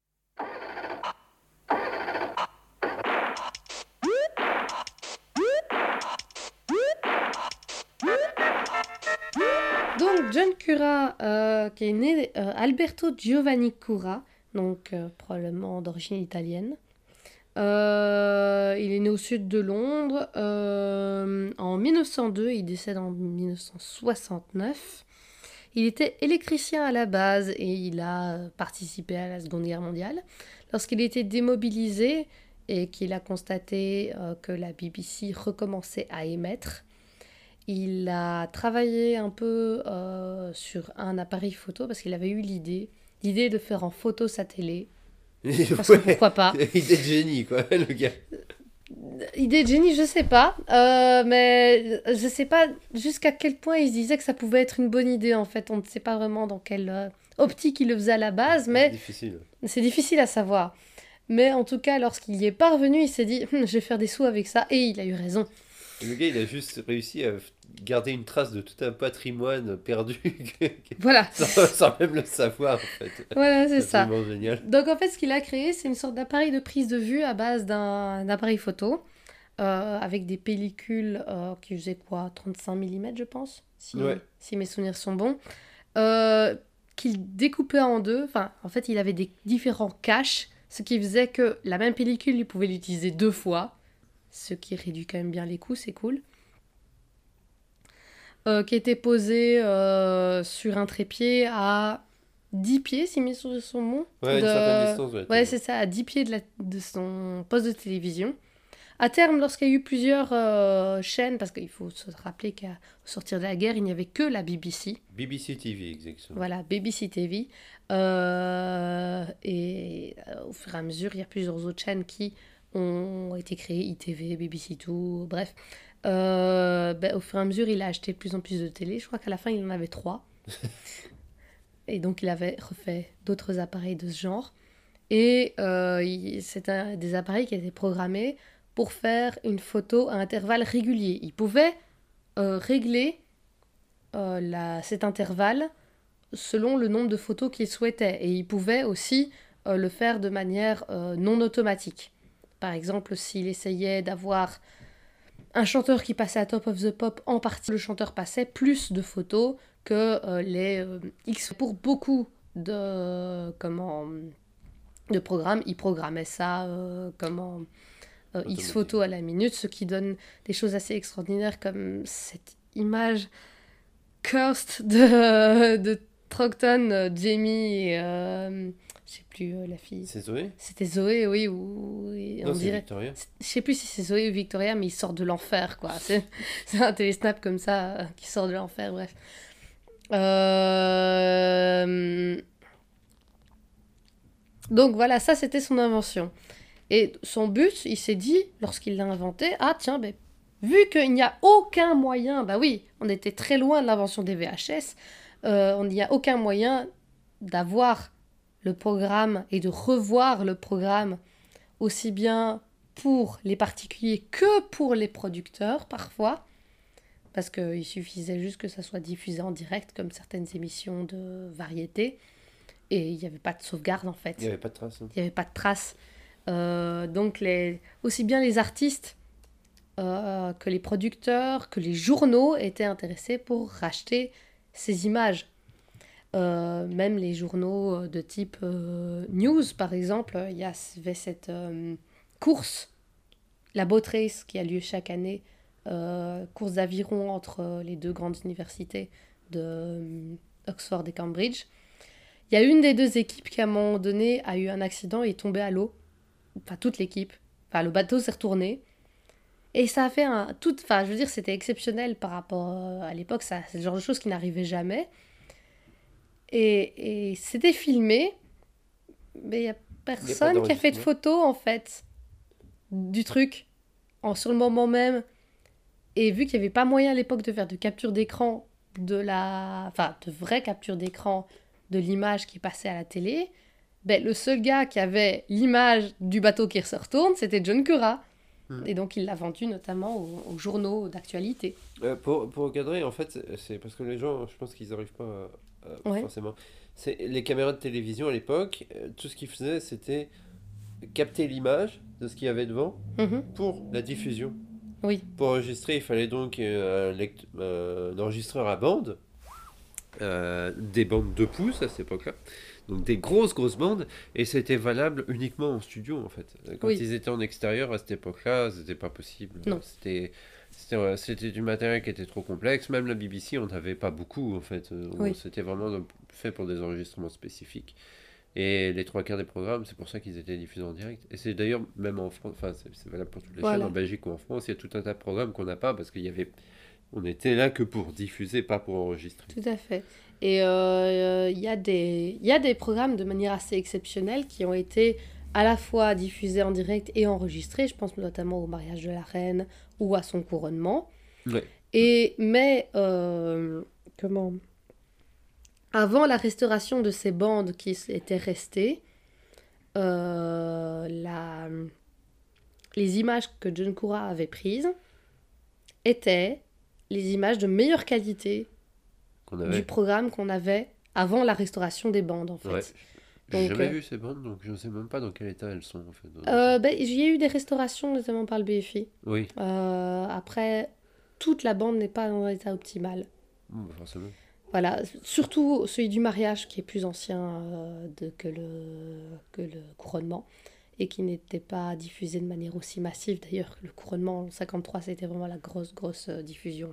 S2: Donc John Cura, euh, qui est né euh, Alberto Giovanni Cura, donc euh, probablement d'origine italienne. Euh, il est né au sud de Londres euh, en mille neuf cent deux, il décède en mille neuf cent soixante-neuf. Il était électricien à la base et il a participé à la Seconde Guerre mondiale. Lorsqu'il était démobilisé, et qu'il a constaté euh, que la B B C recommençait à émettre. Il a travaillé un peu euh, sur un appareil photo parce qu'il avait eu l'idée, l'idée de faire en photo sa télé. Parce
S1: Ouais,
S2: que pourquoi pas.
S1: idée de génie, quoi, le gars.
S2: Idée de génie, je sais pas, euh, mais je sais pas jusqu'à quel point il se disait que ça pouvait être une bonne idée en fait. On ne sait pas vraiment dans quelle euh, optique il le faisait à la base,
S1: C'est
S2: mais
S1: difficile.
S2: c'est difficile à savoir. Mais en tout cas, lorsqu'il y est parvenu, il s'est dit Hum, je vais faire des sous avec ça, et il a eu raison.
S1: Le gars, il a juste réussi à garder une trace de tout un patrimoine perdu
S2: Voilà,
S1: sans, sans même le savoir, en fait.
S2: voilà, c'est
S1: C'est
S2: ça.
S1: absolument génial.
S2: Donc en fait, ce qu'il a créé, c'est une sorte d'appareil de prise de vue à base d'un appareil photo, euh, avec des pellicules euh, qui faisaient quoi, trente-cinq millimètres, je pense, si,
S1: Ouais.
S2: si mes souvenirs sont bons, euh, qu'il découpait en deux. Enfin, en fait, il avait des différents caches, ce qui faisait que la même pellicule, il pouvait l'utiliser deux fois, ce qui réduit quand même bien les coûts, c'est cool. Euh, qui était posé euh, sur un trépied à dix pieds, si mes souvenirs sont bons.
S1: Ouais, une certaine distance, ouais.
S2: Ouais, c'est ça, à dix pieds de, la... de son poste de télévision. À terme, lorsqu'il y a eu plusieurs euh, chaînes, parce qu'il faut se rappeler qu'à sortir de la guerre, il n'y avait que la B B C.
S1: B B C T V, exactement.
S2: Voilà, B B C T V. Euh, et euh, au fur et à mesure, il y a plusieurs autres chaînes qui ont été créées, I T V, B B C deux, bref. Euh, ben, au fur et à mesure, il a acheté de plus en plus de télé. Je crois qu'à la fin, il en avait trois. Et donc, il avait refait d'autres appareils de ce genre. Et euh, il- c'est un, des appareils qui étaient programmés pour faire une photo à intervalles réguliers. Il pouvait euh, régler euh, la, cet intervalle selon le nombre de photos qu'il souhaitait. Et il pouvait aussi euh, le faire de manière euh, non automatique. Par exemple, s'il essayait d'avoir un chanteur qui passait à Top of the Pop, en partie, le chanteur passait plus de photos que euh, les euh, X. Pour beaucoup de, comment, de programmes, il programmait ça euh, comment, euh, X photos à la minute, ce qui donne des choses assez extraordinaires comme cette image cursed de, de Troughton, euh, Jamie et euh, je sais plus euh, la fille.
S1: C'est Zoé?
S2: C'était Zoé, oui, ou et
S1: Non,
S2: on
S1: c'est
S2: dirait.
S1: Victoria.
S2: c'est- Je sais plus si c'est Zoé ou Victoria, mais ils sortent de l'enfer, quoi. C'est c'est un télésnap comme ça euh, qui sort de l'enfer, bref. Euh, Donc voilà, ça c'était son invention. Et son but, il s'est dit, lorsqu'il l'a inventé, ah tiens, ben, vu qu'il n'y a aucun moyen, bah oui, on était très loin de l'invention des V H S, euh, on n'y a aucun moyen d'avoir le programme et de revoir le programme aussi bien pour les particuliers que pour les producteurs parfois, parce qu'il suffisait juste que ça soit diffusé en direct comme certaines émissions de variété, et il n'y avait pas de sauvegarde en fait.
S1: Il n'y avait pas de trace. Hein.
S2: Il n'y avait pas de traces. Euh, donc les, aussi bien les artistes euh, que les producteurs, que les journaux étaient intéressés pour racheter ces images. Euh, même les journaux de type euh, news, par exemple, il y avait cette euh, course, la Boat Race, qui a lieu chaque année, euh, course d'aviron entre les deux grandes universités de euh, Oxford et Cambridge. Il y a une des deux équipes qui, à un moment donné, a eu un accident et est tombée à l'eau. Enfin, toute l'équipe. Enfin, le bateau s'est retourné. Et ça a fait un... Tout, enfin, je veux dire, c'était exceptionnel par rapport à l'époque. Ça, c'est le genre de choses qui n'arrivait jamais. Et, et c'était filmé, mais il n'y a personne qui a fait de photo, en fait, du truc, en, sur le moment même. Et vu qu'il n'y avait pas moyen à l'époque de faire de capture d'écran, de la... Enfin, de vraie capture d'écran de l'image qui passait à la télé, ben, le seul gars qui avait l'image du bateau qui se retourne, c'était John Cura. Mmh. Et donc il l'a vendu notamment aux, aux journaux d'actualité.
S1: Euh, pour, pour recadrer, en fait, c'est parce que les gens, je pense qu'ils n'arrivent pas à, à, ouais. forcément. C'est, les caméras de télévision à l'époque, tout ce qu'ils faisaient, c'était capter l'image de ce qu'il y avait devant mmh. pour la diffusion.
S2: Oui.
S1: Pour enregistrer, il fallait donc un, lect- un enregistreur à bande. Euh, des bandes de pouces à cette époque-là, donc des grosses grosses bandes, et c'était valable uniquement en studio en fait. Quand oui. ils étaient en extérieur à cette époque-là, c'était pas possible.
S2: Non.
S1: C'était, c'était, c'était du matériel qui était trop complexe. Même la B B C, on n'avait pas beaucoup en fait. Oui. C'était vraiment fait pour des enregistrements spécifiques. Et les trois quarts des programmes, c'est pour ça qu'ils étaient diffusés en direct. Et c'est d'ailleurs, même en France, enfin, c'est, c'est valable pour toutes les chaînes,
S2: Voilà,
S1: en Belgique ou en France, il y a tout un tas de programmes qu'on n'a pas parce qu'il y avait. On était là que pour diffuser, pas pour enregistrer.
S2: tout à fait. Et euh, il y a des, il y a des programmes de manière assez exceptionnelle qui ont été à la fois diffusés en direct et enregistrés. Je pense notamment au mariage de la reine ou à son couronnement.
S1: Ouais.
S2: Et, mais, euh, comment avant la restauration de ces bandes qui étaient restées, euh, la, les images que John Cura avait prises étaient les images de meilleure qualité
S1: Qu'on avait.
S2: du programme qu'on avait avant la restauration des bandes, en fait.
S1: Ouais. J'ai
S2: Donc,
S1: jamais
S2: euh,
S1: vu ces bandes, donc je ne sais même pas dans quel état elles sont en fait.
S2: euh, ben, il y a eu des restaurations, notamment par le B F I.
S1: Oui,
S2: Euh, après, toute la bande n'est pas dans un état optimal.
S1: Bon, bah, forcément.
S2: Voilà, surtout celui du mariage qui est plus ancien euh, de, que, le, que le couronnement et qui n'était pas diffusé de manière aussi massive. D'ailleurs, le couronnement en cinquante-trois, c'était vraiment la grosse, grosse euh, diffusion.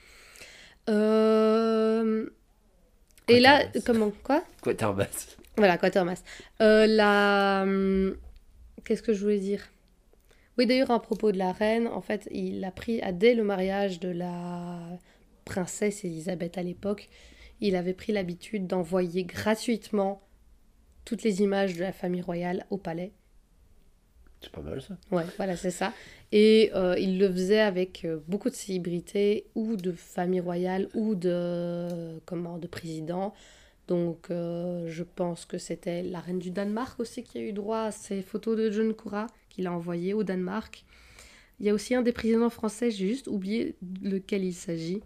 S2: Euh... Et là,
S1: Quatermass.
S2: comment quoi
S1: Quatermass.
S2: Voilà, Quatermass. Euh, la... hum, Qu'est-ce que je voulais dire Oui, d'ailleurs, à propos de la reine, en fait, il a pris, à- dès le mariage de la princesse Elisabeth à l'époque, il avait pris l'habitude d'envoyer gratuitement toutes les images de la famille royale au palais.
S1: C'est pas mal ça.
S2: Ouais, voilà, c'est ça. Et euh, il le faisait avec euh, beaucoup de célébrités ou de famille royale ou de, comment, de présidents. Donc, euh, je pense que c'était la reine du Danemark aussi qui a eu droit à ces photos de John Cura qu'il a envoyées au Danemark. Il y a aussi un des présidents français, j'ai juste oublié lequel il s'agit.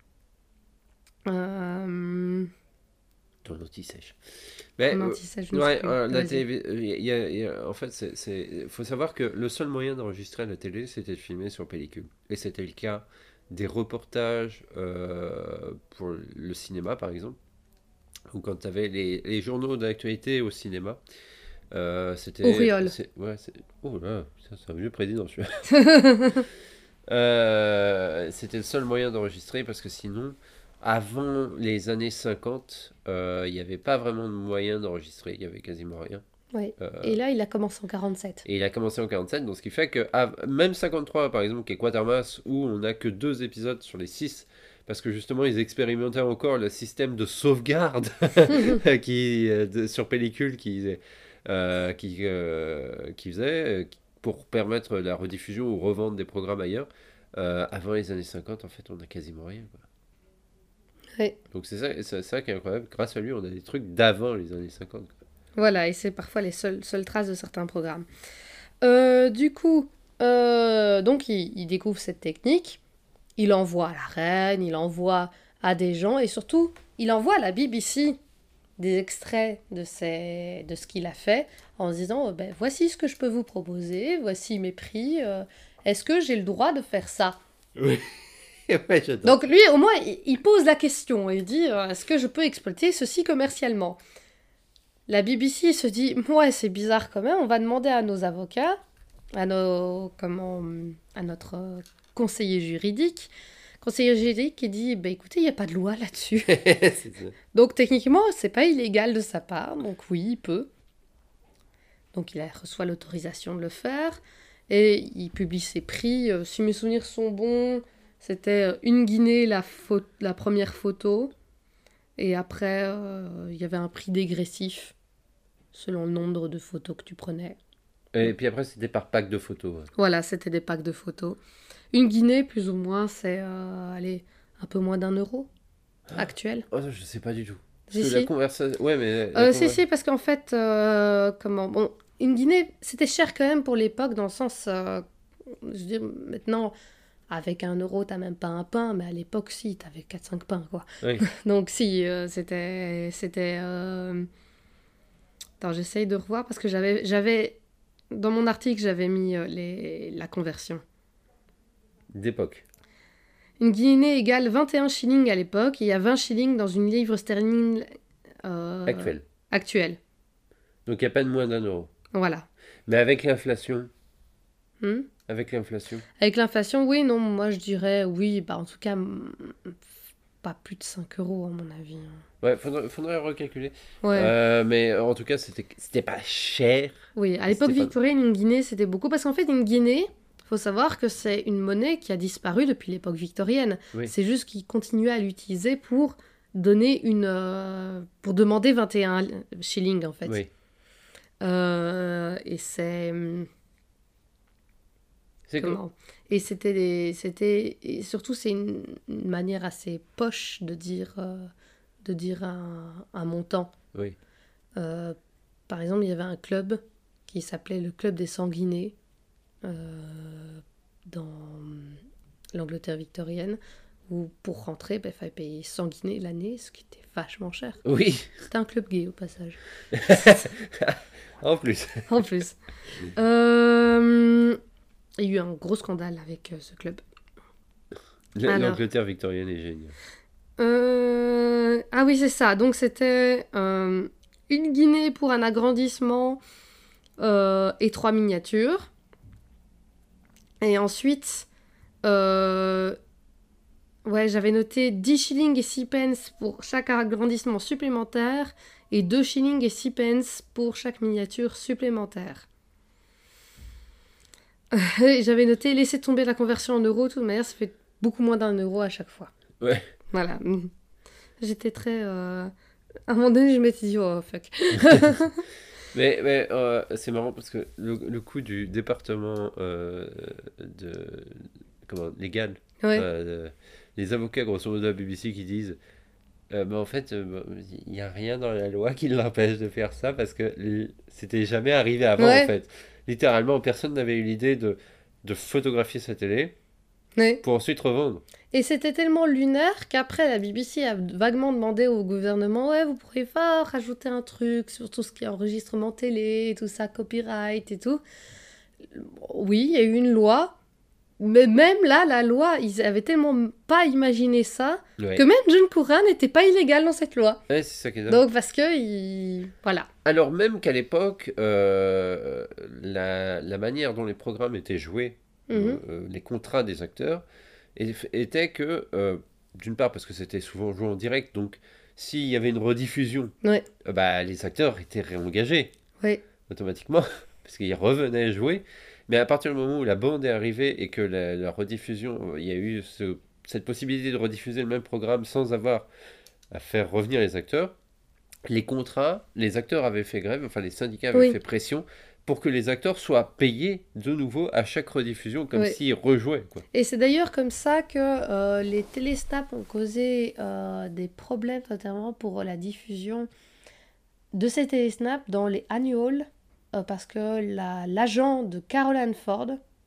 S2: Euh...
S1: Ton anti-sèche. Mais
S2: Un
S1: euh,
S2: anti-sèche, je ne sais
S1: ouais,
S2: plus.
S1: euh, la
S2: Vas-y.
S1: télé, il y a- il y a- en fait, c'est, c'est, faut savoir que le seul moyen d'enregistrer à la télé, c'était de filmer sur pellicule. Et c'était le cas des reportages euh, pour le cinéma, par exemple, ou quand tu avais les, les journaux d'actualité au cinéma. Euh, c'était.
S2: Auriol.
S1: C'est, ouais, c'est, oh là, ça, c'est un vieux président, celui-là. Euh, c'était le seul moyen d'enregistrer parce que sinon, avant les années cinquante, euh, il n'y avait pas vraiment de moyen d'enregistrer, il y avait quasiment rien.
S2: Ouais.
S1: Euh,
S2: Et là, il a commencé en quarante-sept.
S1: et il a commencé en quarante-sept, donc ce qui fait que av- même cinquante-trois, par exemple, qui est Quatermass, où on n'a que deux épisodes sur les six, parce que justement ils expérimentaient encore le système de sauvegarde qui, euh, de- sur pellicule qui, euh, qui, euh, qui faisait euh, pour permettre la rediffusion ou revente des programmes ailleurs. Euh, avant les années cinquante, en fait, on a quasiment rien, quoi.
S2: Ouais.
S1: Donc c'est ça, c'est ça qui est incroyable. Grâce à lui, on a des trucs d'avant les années cinquante, quoi.
S2: Voilà, et c'est parfois les seules, seules traces de certains programmes. Euh, du coup, euh, donc il, il découvre cette technique, il envoie à la reine, il envoie à des gens, et surtout, il envoie à la B B C des extraits de, ses, de ce qu'il a fait, en se disant, oh, ben, voici ce que je peux vous proposer, voici mes prix, euh, est-ce que j'ai le droit de faire ça?
S1: Oui, ouais, j'adore.
S2: Donc lui, au moins, il, il pose la question, il dit, euh, est-ce que je peux exploiter ceci commercialement? La B B C se dit, ouais, c'est bizarre quand même, on va demander à nos avocats, à, nos, comment, à notre euh, conseiller juridique. Conseiller juridique qui dit, bah, écoutez, il n'y a pas de loi là-dessus.
S1: C'est ça.
S2: Donc techniquement, c'est pas illégal de sa part, donc oui, il peut. Donc il a- reçoit l'autorisation de le faire, et il publie ses prix. Euh, si mes souvenirs sont bons, c'était euh, une guinée la, pho- la première photo, et après, euh, il y avait un prix dégressif selon le nombre de photos que tu prenais.
S1: Et puis après, c'était par pack de photos. Ouais.
S2: Voilà, c'était des packs de photos. Une guinée, plus ou moins, c'est euh, allez, un peu moins d'un euro actuel.
S1: Oh, ça, je sais pas du tout. Parce
S2: Si,
S1: que la
S2: si.
S1: conversation. Ouais, mais. La
S2: Euh, si,
S1: conver-
S2: si, parce qu'en fait, euh, comment... Bon, une guinée, c'était cher quand même pour l'époque, dans le sens... euh, je veux dire, maintenant, avec un euro, t'as même pas un pain, mais à l'époque, si, t'avais quatre cinq pains, quoi.
S1: Oui.
S2: Donc, si, euh, c'était... c'était euh, Attends, j'essaye de revoir, parce que j'avais... j'avais... Dans mon article, j'avais mis euh, les... la conversion.
S1: D'époque.
S2: Une guinée égale vingt et un shillings à l'époque, et il y a vingt shillings dans une livre sterling euh,
S1: Actuelle.
S2: actuelle.
S1: Donc il y a pas de moins d'un euro.
S2: Voilà.
S1: Mais avec l'inflation.
S2: Hmm.
S1: Avec l'inflation.
S2: Avec l'inflation, oui, non, moi je dirais oui, bah en tout cas, mm, pas plus de cinq euros à mon avis.
S1: Ouais, faudrait, faudrait recalculer.
S2: Ouais.
S1: Euh, mais en tout cas, c'était, c'était pas cher.
S2: Oui, à l'époque
S1: C'était pas-
S2: victorienne, une guinée, c'était beaucoup. Parce qu'en fait, une guinée, faut savoir que c'est une monnaie qui a disparu depuis l'époque victorienne.
S1: Oui.
S2: C'est juste qu'ils continuaient à l'utiliser pour donner une... euh, pour demander vingt et un shillings, en fait.
S1: Oui.
S2: Euh, et c'est...
S1: C'est quoi?
S2: Comment Et c'était des- c'était et surtout c'est une, une manière assez poche de dire euh, de dire un, un montant.
S1: Oui.
S2: Euh, Par exemple, il y avait un club qui s'appelait le club des sanguinés euh, dans l'Angleterre victorienne où pour rentrer, il fallait payer cent guinées l'année, ce qui était vachement cher.
S1: Oui.
S2: C'était un club gay au passage.
S1: En plus.
S2: En plus. Euh, il y a eu un gros scandale avec euh, ce club.
S1: L-
S2: Alors.
S1: L'Angleterre victorienne est géniale.
S2: Euh, Ah oui, c'est ça. Donc c'était euh, une guinée pour un agrandissement euh, et trois miniatures. Et ensuite, euh, ouais, j'avais noté dix shillings et six pence pour chaque agrandissement supplémentaire et deux shillings et six pence pour chaque miniature supplémentaire. Et j'avais noté laisser tomber la conversion en euros, de toute manière, ça fait beaucoup moins d'un euro à chaque fois.
S1: Ouais.
S2: Voilà. J'étais très... euh, À un moment donné, je m'étais dit, oh fuck.
S1: Mais, mais euh, c'est marrant parce que le, le coût du département euh, de, comment, légal,
S2: Ouais.
S1: euh, de- les avocats grosso modo de la B B C qui disent euh, bah, en fait euh, il n'y a rien dans la loi qui l'empêche de faire ça parce que l- c'était jamais arrivé avant
S2: Ouais.
S1: en fait. Littéralement, personne n'avait eu l'idée de, de photographier sa télé
S2: Ouais.
S1: pour ensuite revendre.
S2: Et c'était tellement lunaire qu'après, la B B C a vaguement demandé au gouvernement, ouais, vous pourriez pas rajouter un truc sur tout ce qui est enregistrement télé, et tout ça, copyright et tout. Oui, il y a eu une loi, mais même là, la loi, ils avaient tellement pas imaginé ça
S1: Ouais.
S2: que même John Curran n'était pas illégal dans cette loi.
S1: Ouais, c'est ça qui est dingue.
S2: Donc, parce que, il... voilà.
S1: Alors même qu'à l'époque, euh, la, la manière dont les programmes étaient joués,
S2: Mhm.
S1: euh, les contrats des acteurs, et- était que, euh, d'une part parce que c'était souvent joué en direct, donc s'il y avait une rediffusion,
S2: Ouais.
S1: euh, bah, les acteurs étaient réengagés
S2: Ouais.
S1: automatiquement, parce qu'ils revenaient jouer. Mais à partir du moment où la bande est arrivée et que la, la rediffusion, il y a eu ce- cette possibilité de rediffuser le même programme sans avoir à faire revenir les acteurs, les contrats, les acteurs avaient fait grève, enfin les syndicats avaient
S2: Oui.
S1: fait pression pour que les acteurs soient payés de nouveau à chaque rediffusion, comme
S2: Oui.
S1: s'ils rejouaient, quoi.
S2: Et c'est d'ailleurs comme ça que euh, les télésnaps ont causé euh, des problèmes, notamment pour la diffusion de ces télésnaps dans les annuals, euh, parce que la- l'agent de Caroline Ford,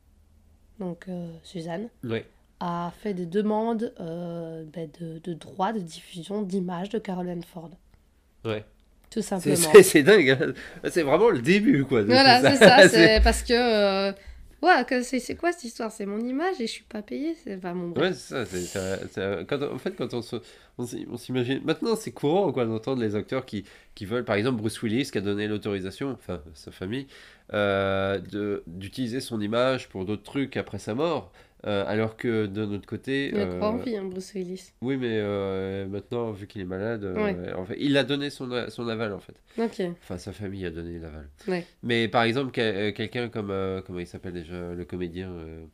S2: donc euh, Suzanne,
S1: Ouais.
S2: a fait des demandes euh, ben, de, de droits de diffusion d'images de Caroline Ford.
S1: Ouais.
S2: Tout
S1: C'est,
S2: simplement.
S1: c'est, c'est dingue, hein. C'est vraiment le début, quoi. de
S2: Voilà,
S1: tout
S2: c'est ça, c'est parce que... euh, ouais, que c'est, c'est quoi cette histoire? C'est mon image et je suis pas payée, c'est pas mon bref.
S1: Ouais, c'est ça. C'est, c'est un- c'est un- quand, en fait, quand on, se, on, s'y- on s'imagine... Maintenant, c'est courant, quoi, d'entendre les acteurs qui, qui veulent... Par exemple, Bruce Willis, qui a donné l'autorisation, enfin, sa famille, euh, de, d'utiliser son image pour d'autres trucs après sa mort, euh, alors que, de notre côté...
S2: Il a
S1: euh,
S2: trop envie, hein, Bruce Willis.
S1: Oui, mais euh, maintenant, vu qu'il est malade, euh,
S2: Ouais.
S1: en fait, il a donné son, a- son aval, en fait.
S2: Ok,
S1: Enfin, sa famille a donné l'aval.
S2: ouais.
S1: Mais par exemple, que- euh, quelqu'un comme... euh, comment il s'appelle déjà? Le comédien euh,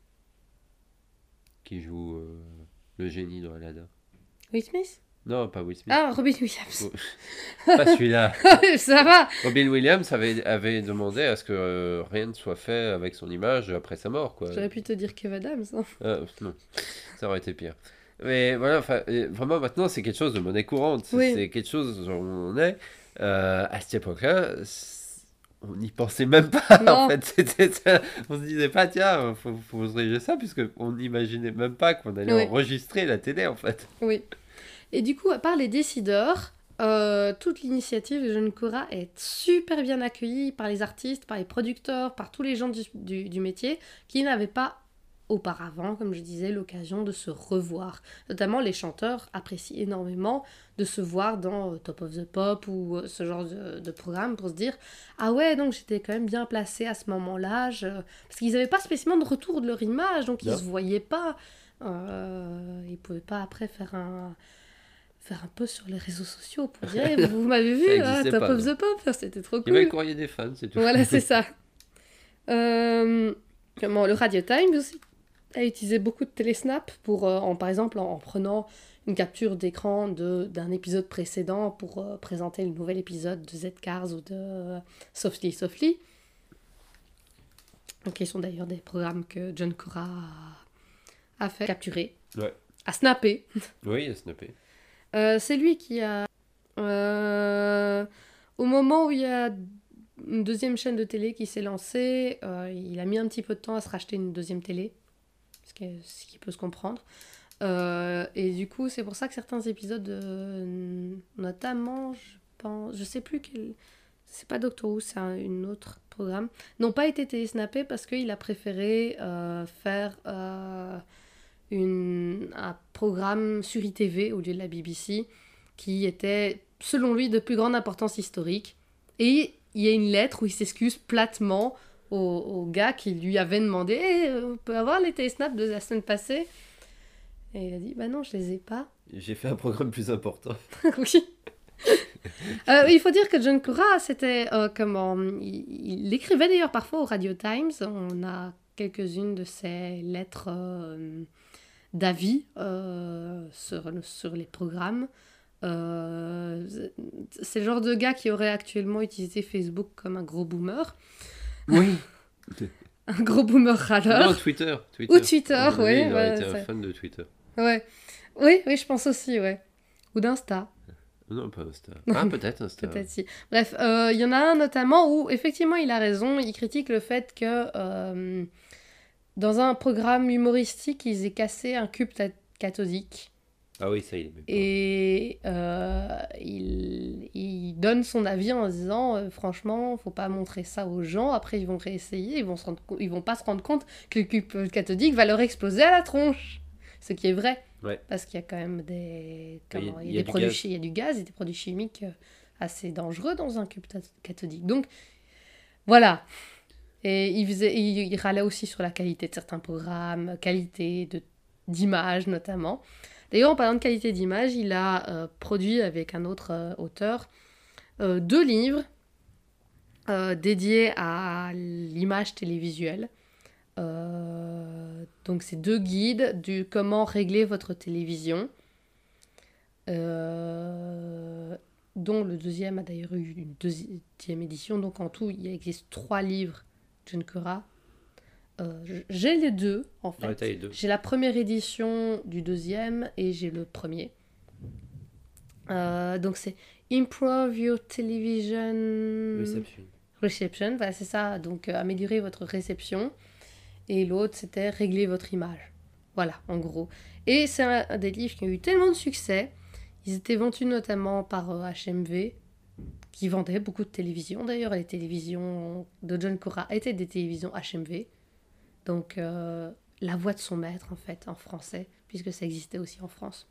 S1: qui joue euh, le génie dans Aladdin.
S2: Will Smith?
S1: Non, pas Will Smith.
S2: Ah, Robin Williams.
S1: Pas celui-là.
S2: Ça va.
S1: Robin Williams avait, avait demandé à ce que euh, rien ne soit fait avec son image après sa mort, quoi.
S2: J'aurais pu te dire Kev Adams. Hein.
S1: Euh, non, ça aurait été pire. Mais voilà, enfin, euh, vraiment maintenant c'est quelque chose de monnaie courante. C'est,
S2: Oui.
S1: c'est quelque chose où on est. Euh, à cette époque-là, c'est- on n'y pensait même pas.
S2: Non.
S1: En fait, c'était ça. On se disait pas, tiens, faut, faut se réagir ça, puisque on n'imaginait même pas qu'on allait
S2: Oui.
S1: enregistrer la télé, en fait.
S2: Oui. Et du coup, à part les décideurs, euh, toute l'initiative de John Cura est super bien accueillie par les artistes, par les producteurs, par tous les gens du, du, du métier qui n'avaient pas auparavant, comme je disais, l'occasion de se revoir. Notamment, les chanteurs apprécient énormément de se voir dans euh, Top of the Pop ou euh, ce genre de, de programme pour se dire « Ah ouais, donc j'étais quand même bien placée à ce moment-là. Je... » Parce qu'ils n'avaient pas spécialement de retour de leur image, donc ils
S1: Non.
S2: ne se voyaient pas. Euh, ils ne pouvaient pas après faire un... faire un post sur les réseaux sociaux pour dire hey, vous m'avez vu, hein, Top pas, of non. the Pop, c'était trop cool.
S1: Il y avait le courrier des fans, c'est tout.
S2: Voilà, c'est ça. Euh, comment, le Radio Times aussi a utilisé beaucoup de télésnap pour, euh, en, par exemple, en, en prenant une capture d'écran de, d'un épisode précédent pour euh, présenter le nouvel épisode de Z-Cars ou de euh, Softly Softly. Qui sont d'ailleurs des programmes que John Cura a, a fait, capturer,
S1: ouais.
S2: a snappé.
S1: Oui, il a snappé.
S2: Euh, c'est lui qui a... Euh, au moment où il y a une deuxième chaîne de télé qui s'est lancée, euh, il a mis un petit peu de temps à se racheter une deuxième télé, ce qui, est, ce qui peut se comprendre. Euh, et du coup, c'est pour ça que certains épisodes, euh, notamment, je pense, je sais plus quel... C'est pas Doctor Who, c'est un une autre programme. N'ont pas été télésnappés parce qu'il a préféré euh, faire euh, une, un programme sur I T V au lieu de la B B C qui était, selon lui, de plus grande importance historique. Et il y a une lettre où il s'excuse platement au, au gars qui lui avait demandé hey, on peut avoir les télésnaps de la semaine passée. Et il a dit bah non, je les ai pas.
S1: J'ai fait un programme plus important.
S2: Oui. euh, il faut dire que John Cura, c'était euh, comment il, il écrivait d'ailleurs parfois au Radio Times. On a quelques-unes de ses lettres euh, d'avis euh, sur, sur les programmes. Euh, c'est le genre de gars qui aurait actuellement utilisé Facebook comme un gros boomer.
S1: Oui.
S2: Un gros boomer râleur.
S1: Non, Twitter. Twitter.
S2: Ou Twitter, oui.
S1: Il
S2: ouais,
S1: aurait été
S2: c'est...
S1: un fan de Twitter.
S2: Ouais. Oui, oui, je pense aussi, ouais. Ou d'Insta.
S1: Non, pas Insta. Ah, peut-être Insta.
S2: Peut-être si. Bref, il euh, y en a un notamment où, effectivement, il a raison. Il critique le fait que euh, dans un programme humoristique, ils aient cassé un cube t- cathodique.
S1: Ah oui, ça, il est même pas.
S2: Et euh, il, il donne son avis en disant euh, franchement, faut pas montrer ça aux gens. Après, ils vont réessayer. Ils vont, se rendre co- ils vont pas se rendre compte que le cube cathodique va leur exploser à la tronche. Ce qui est vrai.
S1: Ouais.
S2: Parce qu'il y a quand même des, comment,
S1: il y a,
S2: il y a
S1: il y a
S2: des produits,
S1: gaz.
S2: il y a du gaz et des produits chimiques assez dangereux dans un cube cathodique. Donc, voilà. Et il, faisait, il, il râlait aussi sur la qualité de certains programmes, qualité de, d'image notamment. D'ailleurs, en parlant de qualité d'image, il a euh, produit avec un autre euh, auteur euh, deux livres euh, dédiés à l'image télévisuelle. Euh, donc c'est deux guides du comment régler votre télévision, euh, dont le deuxième a d'ailleurs eu une deuxième édition. Donc en tout, il existe trois livres John Cura. Euh, j'ai les deux en fait.
S1: Ouais, t'as les deux.
S2: J'ai la première édition du deuxième et j'ai le premier. Euh, donc c'est Improve Your Television
S1: Reception.
S2: Reception, voilà, c'est ça. Donc euh, améliorer votre réception. Et l'autre, c'était régler votre image. Voilà, en gros. Et c'est un, un des livres qui ont eu tellement de succès. Ils étaient vendus notamment par euh, H M V, qui vendait beaucoup de télévisions. D'ailleurs, les télévisions de John Cura étaient des télévisions H M V. Donc, euh, la voix de son maître, en fait, en français, puisque ça existait aussi en France.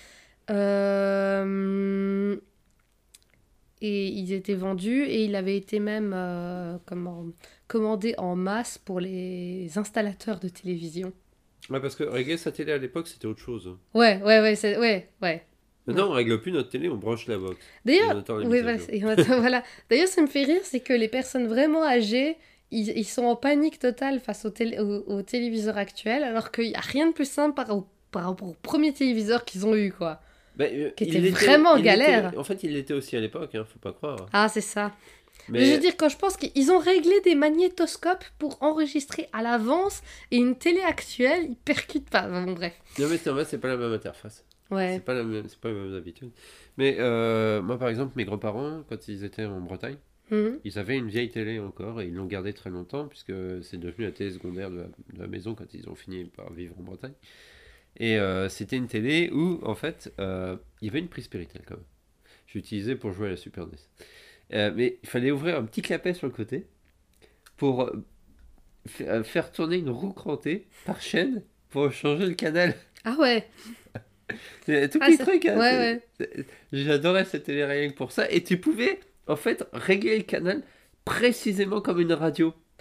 S2: Euh... Et ils étaient vendus, et il avait été même euh, comment, commandé en masse pour les installateurs de télévision.
S1: Ouais, parce que régler sa télé à l'époque, c'était autre chose.
S2: Ouais, ouais, ouais, c'est, ouais, ouais.
S1: Maintenant, ouais. On règle plus notre télé, on branche la box.
S2: D'ailleurs, oui, voilà, voilà. D'ailleurs, ça me fait rire, c'est que les personnes vraiment âgées, ils, ils sont en panique totale face au, télé, au, au téléviseur actuel, alors qu'il n'y a rien de plus simple par, par rapport au premier téléviseur qu'ils ont eu, quoi.
S1: Bah, euh,
S2: qui était vraiment
S1: était,
S2: galère.
S1: Était, en fait, il l'était aussi à l'époque, hein, faut pas croire.
S2: Ah, c'est ça.
S1: Mais...
S2: Mais je veux dire, quand je pense qu'ils ont réglé des magnétoscopes pour enregistrer à l'avance, et une télé actuelle, ils percutent pas. Bon, bref.
S1: Non, mais c'est, en fait, c'est pas la même interface.
S2: Ouais.
S1: C'est pas la même, c'est pas les mêmes habitudes. Mais euh, moi, par exemple, mes grands-parents, quand ils étaient en Bretagne, mmh. ils avaient une vieille télé encore, et ils l'ont gardée très longtemps, puisque c'est devenu la télé secondaire de la, de la maison quand ils ont fini par vivre en Bretagne. Et euh, c'était une télé où, en fait, euh, il y avait une prise Péritel quand même. J'utilisais pour jouer à la Super N E S. Euh, mais il fallait ouvrir un petit clapet sur le côté pour euh, f- faire tourner une roue crantée par chaîne pour changer le canal.
S2: Ah ouais.
S1: C'est tout petit
S2: ah,
S1: truc. Hein,
S2: ouais, ouais.
S1: C'est... J'adorais cette télé rien que pour ça. Et tu pouvais, en fait, régler le canal précisément comme une radio.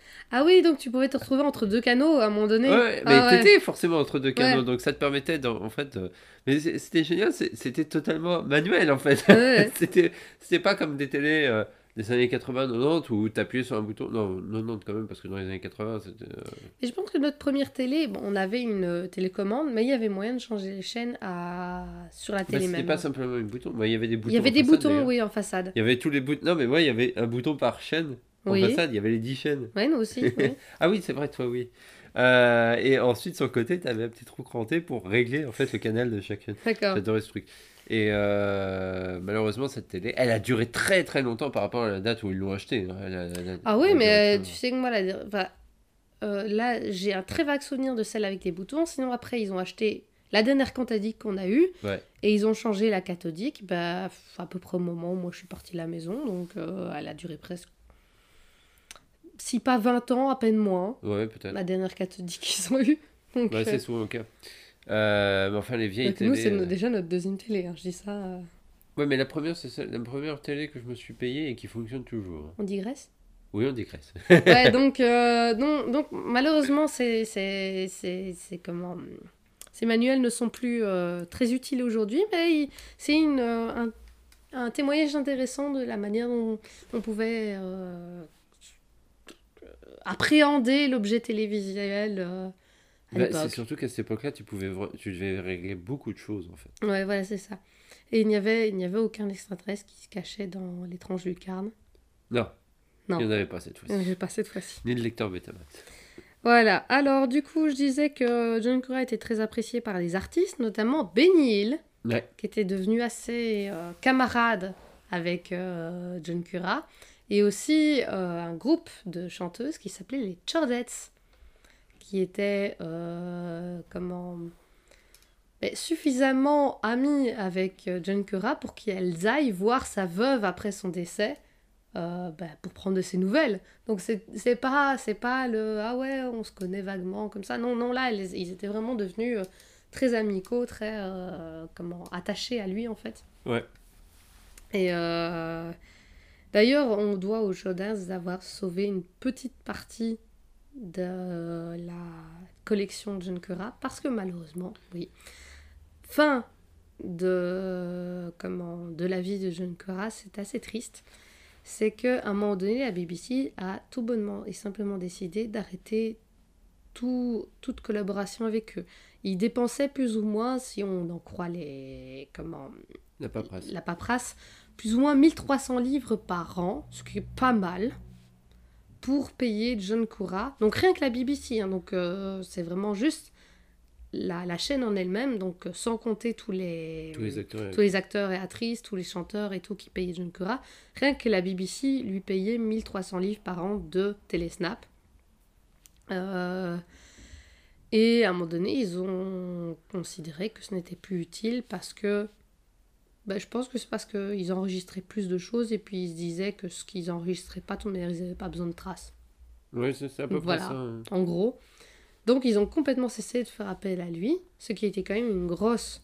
S2: Ah oui, donc tu pouvais te retrouver entre deux canaux à un moment donné.
S1: Ouais, mais
S2: ah,
S1: t'étais
S2: ouais.
S1: forcément entre deux canaux,
S2: Ouais.
S1: donc ça te permettait, d'en- en fait... euh, Mais c'est- c'était génial, c'est- c'était totalement manuel, en fait.
S2: Ouais.
S1: C'était c'était pas comme des télés euh, des années quatre-vingts quatre-vingt-dix où t'appuyais sur un bouton... Non, quatre-vingt-dix quand même, parce que dans les années quatre-vingts, c'était... euh,
S2: Et je pense que notre première télé, bon, on avait une euh, télécommande, mais il y avait moyen de changer les chaînes à... sur la
S1: Bah,
S2: télé
S1: c'était
S2: même.
S1: pas simplement un bouton. Moi, il y avait des
S2: Il y
S1: boutons
S2: avait
S1: en
S2: des
S1: façade,
S2: boutons,
S1: d'ailleurs.
S2: oui, en façade.
S1: Il y avait tous les boutons... Non, mais moi, il y avait un bouton par chaîne en
S2: Oui.
S1: façade. Il y avait les dix chaînes.
S2: Ouais, nous aussi, oui.
S1: Ah oui, c'est vrai, toi, oui. Euh, et ensuite, sur le côté, tu avais un petit trou cranté pour régler en fait le canal de chaque chaîne.
S2: D'accord.
S1: J'adorais ce truc. Et euh, malheureusement, cette télé, elle a duré très très longtemps par rapport à la date où ils l'ont achetée. hein. Elle a- elle a-
S2: Ah oui,
S1: elle a duré
S2: mais
S1: très
S2: euh, tu
S1: longtemps.
S2: sais que moi, la- enfin, euh, là, j'ai un très vague souvenir de celle avec les boutons. Sinon, après, ils ont acheté la dernière cathodique qu'on a eue
S1: Ouais.
S2: et ils ont changé la cathodique bah, à peu près au moment où moi je suis partie de la maison. Donc, euh, elle a duré presque, si pas vingt ans, à peine moins,
S1: Ouais, peut-être.
S2: la dernière cathodique qu'ils ont eue. Donc,
S1: Ouais,
S2: euh,
S1: c'est souvent le cas. Euh, mais enfin, les vieilles
S2: donc nous,
S1: télés.
S2: c'est no-
S1: euh,
S2: déjà notre deuxième télé. hein, Je dis ça, euh,
S1: Ouais, mais la première, c'est celle- la première télé que je me suis payée et qui fonctionne toujours.
S2: on digresse.
S1: Oui, on dégraisse.
S2: Ouais, donc, euh, non, donc malheureusement, c'est, c'est, c'est, c'est comment... Ces manuels ne sont plus euh, très utiles aujourd'hui, mais il- c'est une, euh, un, un témoignage intéressant de la manière dont on pouvait euh, appréhender l'objet télévisuel euh, à
S1: Bah, c'est
S2: l'époque.
S1: surtout qu'à cette époque-là, tu pouvais, vra- tu devais régler beaucoup de choses en fait.
S2: Ouais, voilà, c'est ça. Et il n'y avait, il n'y avait aucun extraterrestre qui se cachait dans les tranches lucarne.
S1: Non, il
S2: Non,
S1: n'y en avait pas cette
S2: il n'y en
S1: fois-ci.
S2: avait pas cette fois-ci.
S1: Ni de lecteur Betamax.
S2: Voilà, alors du coup, je disais que John Cura était très apprécié par les artistes, notamment Benny Hill,
S1: Ouais.
S2: qui était devenu assez euh, camarade avec euh, John Cura, et aussi euh, un groupe de chanteuses qui s'appelait les Chordettes, qui étaient euh, comment mais suffisamment amies avec euh, John Cura pour qu'elles aillent voir sa veuve après son décès. euh, bah, pour prendre de ses nouvelles. Donc c'est c'est pas c'est pas le ah ouais on se connaît vaguement comme ça. Non non là elles- ils étaient vraiment devenus euh, très amicaux, très euh, comment attachés à lui en fait.
S1: Ouais.
S2: Et euh, d'ailleurs on doit aux Jodins d'avoir sauvé une petite partie de la collection de John Cura parce que malheureusement oui fin de comment de la vie de John Cura c'est assez triste. C'est qu'à un moment donné, la B B C a tout bonnement et simplement décidé d'arrêter tout, toute collaboration avec eux. Ils dépensaient plus ou moins, si on en croit les, comment,
S1: La paperasse.
S2: la paperasse, plus ou moins mille trois cents livres par an, ce qui est pas mal, pour payer John Cura. Donc rien que la B B C, hein, donc euh, c'est vraiment juste la, la chaîne en elle-même, donc euh, sans compter tous les,
S1: Tous les acteurs.
S2: tous les acteurs et actrices, tous les chanteurs et tout qui payaient John Cura, rien que la B B C lui payait mille trois cents livres par an de télésnap. Euh, et à un moment donné, ils ont considéré que ce n'était plus utile parce que, ben, je pense que c'est parce qu'ils enregistraient plus de choses et puis ils se disaient que ce qu'ils enregistraient pas, de toute manière, ils n'avaient pas besoin de traces.
S1: Oui, c'est c'est à peu
S2: Donc
S1: près
S2: voilà,
S1: ça. hein.
S2: en gros. Donc ils ont complètement cessé de faire appel à lui, ce qui était quand même une grosse,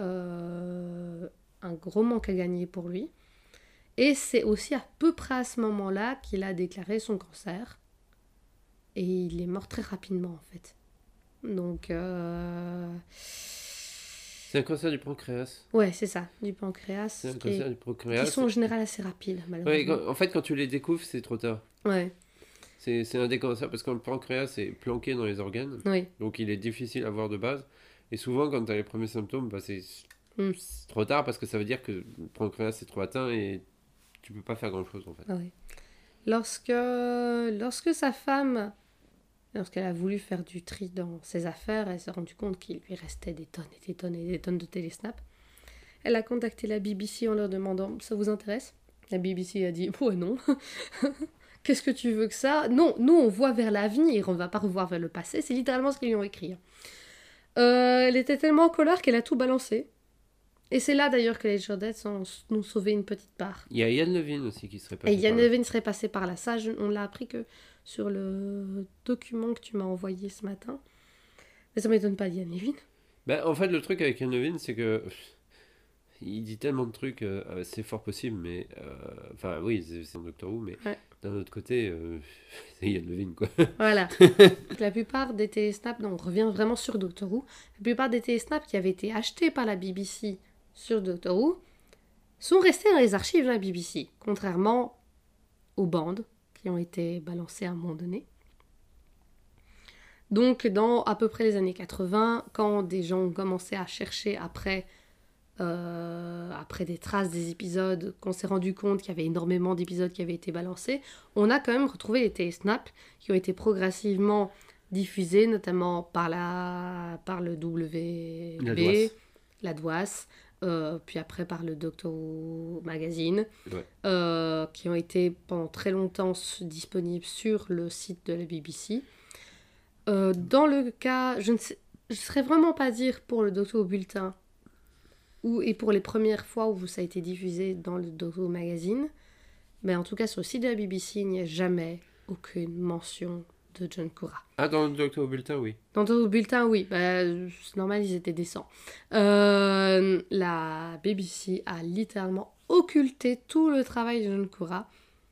S2: euh, un gros manque à gagner pour lui. Et c'est aussi à peu près à ce moment-là qu'il a déclaré son cancer. Et il est mort très rapidement en fait. Donc, euh...
S1: C'est un cancer du pancréas.
S2: ouais, c'est ça, du pancréas,
S1: C'est un
S2: qui,
S1: cancer
S2: est-
S1: du
S2: qui
S1: pancréas.
S2: sont en général assez rapides,
S1: Ouais,
S2: malheureusement.
S1: quand- en fait, quand tu les découvres, c'est trop tard.
S2: Ouais,
S1: C'est c'est un des cancers parce que le pancréas est planqué dans les organes.
S2: oui.
S1: Donc il est difficile à voir de base. Et souvent, quand tu as les premiers symptômes, bah, c'est
S2: Mm.
S1: c'est trop tard parce que ça veut dire que le pancréas est trop atteint et tu peux pas faire grand-chose en fait.
S2: Ah ouais. Lorsque, lorsque sa femme, lorsqu'elle a voulu faire du tri dans ses affaires, elle s'est rendue compte qu'il lui restait des tonnes et des tonnes et des tonnes de télésnap. Elle a contacté la B B C en leur demandant « Ça vous intéresse ?» La B B C a dit « Ouais, non. Qu'est-ce que tu veux que ça ? Non, nous, on voit vers l'avenir, on ne va pas revoir vers le passé. » C'est littéralement ce qu'ils lui ont écrit. Euh, elle était tellement en colère qu'elle a tout balancé. Et c'est là d'ailleurs que les Jordettes ont, ont sauvé une petite part.
S1: Il y a Yann Levine aussi qui serait passé
S2: Et Yann
S1: par là.
S2: Levine serait passé par là. Ça, je- on l'a appris que sur le document que tu m'as envoyé ce matin. Mais ça m'étonne pas d'Yann Levine.
S1: Ben, en fait, le truc avec Yann Levine, c'est que pff, il dit tellement de trucs, euh, euh, c'est fort possible, mais euh, enfin oui, c'est c'est un Doctor Who, mais
S2: Ouais.
S1: d'un autre côté, euh, il y a de Levine, quoi.
S2: Voilà. La plupart des télésnaps, donc on revient vraiment sur Doctor Who, la plupart des télésnaps qui avaient été achetés par la B B C sur Doctor Who sont restés dans les archives de la B B C, contrairement aux bandes qui ont été balancées à un moment donné. Donc, dans à peu près les années quatre-vingts, quand des gens ont commencé à chercher après, euh, après des traces des épisodes, qu'on s'est rendu compte qu'il y avait énormément d'épisodes qui avaient été balancés, on a quand même retrouvé les télésnaps qui ont été progressivement diffusés, notamment par, la, par le W B,
S1: La D O A S,
S2: la D O A S, euh, puis après par le Doctor Who Magazine,
S1: ouais.
S2: euh, qui ont été pendant très longtemps disponibles sur le site de la B B C. Euh, dans le cas, je ne sais, je serais vraiment pas dire pour le Doctor Who Bulletin ou, et pour les premières fois où ça a été diffusé dans le Doctor Who Magazine, mais en tout cas sur le site de la B B C, il n'y a jamais aucune mention de John Cura.
S1: Ah, dans le Doctor Who Bulletin, oui.
S2: Dans le Doctor Who Bulletin, oui, bah, c'est normal, ils étaient décents. Euh, la B B C a littéralement occulté tout le travail de John Cura,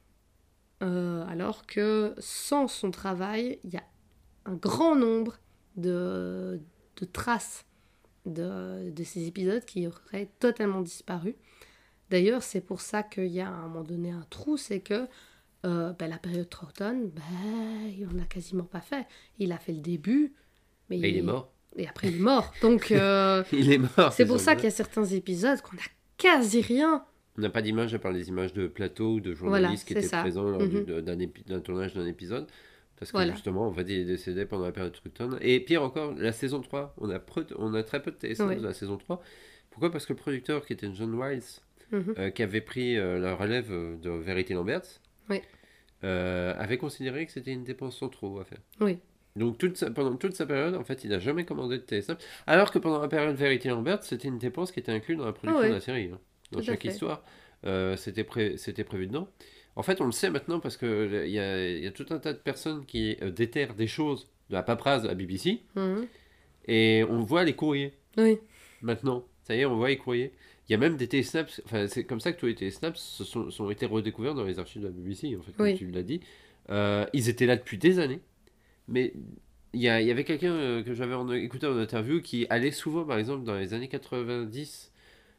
S2: euh, alors que sans son travail, il y a un grand nombre de, de traces de, de ces épisodes qui auraient totalement disparu. D'ailleurs, c'est pour ça qu'il y a à un moment donné un trou, c'est que euh, ben, la période Troughton, ben, il n'en a quasiment pas fait. Il a fait le début, mais
S1: Et il,
S2: il
S1: est mort.
S2: Et après, il est mort. Donc, euh,
S1: il est mort.
S2: C'est pour ça qu'il y a certains épisodes qu'on n'a quasi rien.
S1: On n'a pas d'image à part des images de plateau ou de journalistes voilà, qui étaient ça. présents lors mm-hmm. du, d'un, épi- d'un tournage d'un épisode. Parce que voilà. justement, on va dire, il est décédé pendant la période Troughton. Et pire encore, la saison trois, on a, pre- on a très peu de télésnaps oui. de la saison trois. Pourquoi ? Parce que le producteur, qui était John Wiles, mm-hmm. euh, qui avait pris euh, la relève de Verity Lambert,
S2: oui.
S1: euh, avait considéré que c'était une dépense en trop à faire.
S2: Oui.
S1: Donc toute sa, pendant toute sa période, en fait, il n'a jamais commandé de télésnaps. Alors que pendant la période Verity Lambert, c'était une dépense qui était inclue dans la production oh oui. de la série. Hein. Dans Tout chaque histoire, euh, c'était, pré- c'était prévu dedans. En fait, on le sait maintenant parce qu'il y a, y a tout un tas de personnes qui euh, déterrent des choses de la paperasse de la B B C mmh. et on voit les courriers.
S2: Oui.
S1: Maintenant, ça y est, on voit les courriers. Il y a même des télésnaps, enfin, c'est comme ça que tous les télésnaps se sont, sont été redécouverts dans les archives de la B B C, en fait, comme oui. tu l'as dit. Euh, ils étaient là depuis des années, mais il y, a, il y avait quelqu'un euh, que j'avais en, écouté en interview qui allait souvent, par exemple, dans les années quatre-vingt-dix.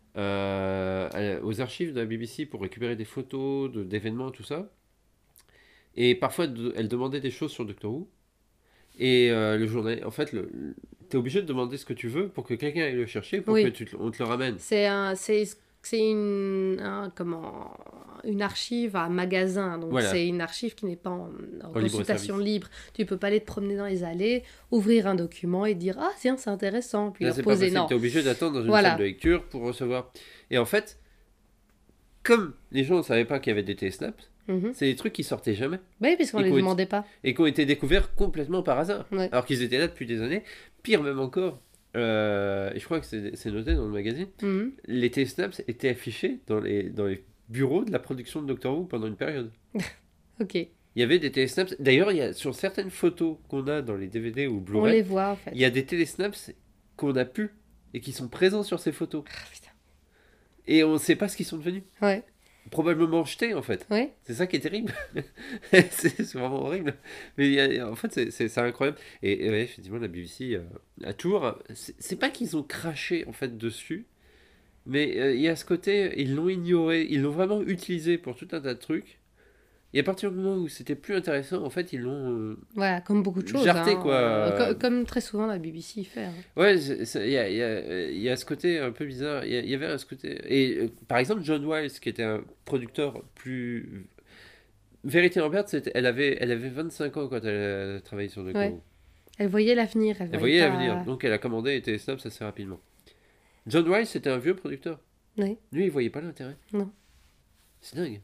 S1: Euh, aux archives de la B B C pour récupérer des photos de, d'événements, tout ça. Et parfois, de, elle demandait des choses sur Doctor Who. Et euh, le journal, en fait, le, t'es obligé de demander ce que tu veux pour que quelqu'un aille le chercher pour oui. que tu te, on te le ramène.
S2: C'est un, c'est, c'est une, un, comment, une archive à magasin. Donc voilà. C'est une archive qui n'est pas en, en consultation libre. Tu peux pas aller te promener dans les allées, ouvrir un document et dire ah tiens c'est intéressant puis
S1: là,
S2: leur
S1: c'est
S2: poser.
S1: Pas
S2: non.
S1: T'es obligé d'attendre dans une
S2: voilà.
S1: salle de lecture pour recevoir. Et en fait, comme les gens ne savaient pas qu'il y avait des télésnaps, mm-hmm. c'est des trucs qui sortaient jamais.
S2: Oui, parce qu'on les demandait pas.
S1: Et qui ont été découverts complètement par hasard.
S2: Ouais.
S1: Alors qu'ils étaient là depuis des années. Pire même encore. Euh, et je crois que c'est, c'est noté dans le magazine, mm-hmm. les télésnaps étaient affichés dans les, dans les bureaux de la production de Doctor Who pendant une période.
S2: Ok.
S1: Il y avait des télésnaps. D'ailleurs, il y a, sur certaines photos qu'on a dans les D V D ou Blu-ray,
S2: on les voit en fait.
S1: Il y a des télésnaps qu'on a pu et qui sont présents sur ces photos.
S2: Oh, putain.
S1: Et on ne sait pas ce qu'ils sont devenus.
S2: Ouais.
S1: Probablement jetés en fait.
S2: Ouais.
S1: C'est ça qui est terrible. c'est, c'est vraiment horrible. Mais il y a, en fait, c'est, c'est, c'est incroyable. Et, et ouais, effectivement, la B B C euh, a toujours. C'est, c'est pas qu'ils ont craché en fait dessus, mais euh, il y a ce côté, ils l'ont ignoré, ils l'ont vraiment utilisé pour tout un tas de trucs. Et à partir du moment où c'était plus intéressant, en fait, ils l'ont. Euh,
S2: voilà, comme beaucoup de choses.
S1: Jarté,
S2: hein.
S1: quoi.
S2: Euh, comme, comme très souvent la B B C fait. Hein.
S1: Ouais, il y a, y, a, y a ce côté un peu bizarre. Il y, y avait un ce côté. Et euh, par exemple, John Wiles, qui était un producteur plus. Verity Lambert, c'était, elle, avait, elle avait vingt-cinq ans quand elle a travaillé sur Doctor Who.
S2: Ouais. Elle voyait l'avenir. Elle,
S1: elle voyait, voyait pas... l'avenir. Donc elle a commandé et télésnaps assez rapidement. John Wiles, c'était un vieux producteur.
S2: Oui.
S1: Lui, il voyait pas l'intérêt.
S2: Non.
S1: C'est dingue.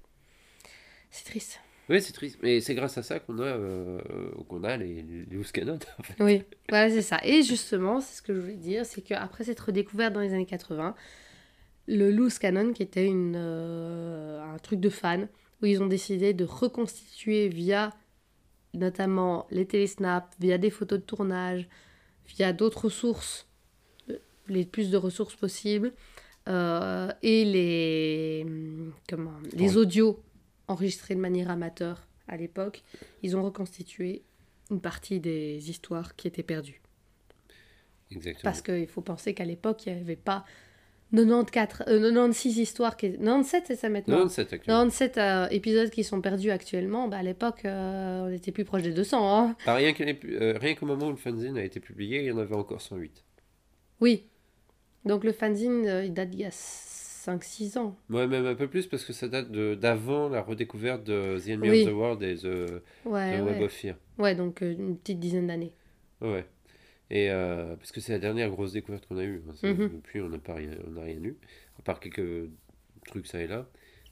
S2: C'est triste.
S1: Oui, c'est triste. Mais c'est grâce à ça qu'on a, euh, qu'on a les, les loose canons, en fait.
S2: Oui, voilà, c'est ça. Et justement, c'est ce que je voulais dire, c'est qu'après s'être redécouvert dans les années quatre-vingts, le loose canon, qui était une, euh, un truc de fan, où ils ont décidé de reconstituer via notamment les télésnaps, via des photos de tournage, via d'autres sources, les plus de ressources possibles, euh, et les, comment, les audios enregistré de manière amateur à l'époque, ils ont reconstitué une partie des histoires qui étaient perdues.
S1: Exactement.
S2: Parce qu'il faut penser qu'à l'époque, il n'y avait pas quatre-vingt-quatorze, euh, quatre-vingt-seize histoires, qui... quatre-vingt-dix-sept c'est ça maintenant
S1: quatre-vingt-dix-sept, actuellement.
S2: quatre-vingt-dix-sept euh, épisodes qui sont perdus actuellement. Bah, à l'époque, euh, on était plus proche des deux cents. Hein.
S1: Bah, rien, euh, rien qu'au moment où le fanzine a été publié, il y en avait encore cent huit.
S2: Oui. Donc le fanzine, euh, il date d'il y a cinq six ans.
S1: Ouais, même un peu plus, parce que ça date de, d'avant la redécouverte de The Enemy
S2: oui.
S1: of the World et The,
S2: ouais,
S1: the
S2: ouais.
S1: Web of Fear.
S2: Ouais, donc euh, une petite dizaine d'années.
S1: Ouais. Et euh, parce que c'est la dernière grosse découverte qu'on a eue. Hein.
S2: Mm-hmm.
S1: Depuis, on n'a pas rien, on n'a rien eu, à part quelques trucs ça et là.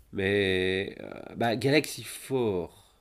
S1: Mais euh, bah, Galaxy Four.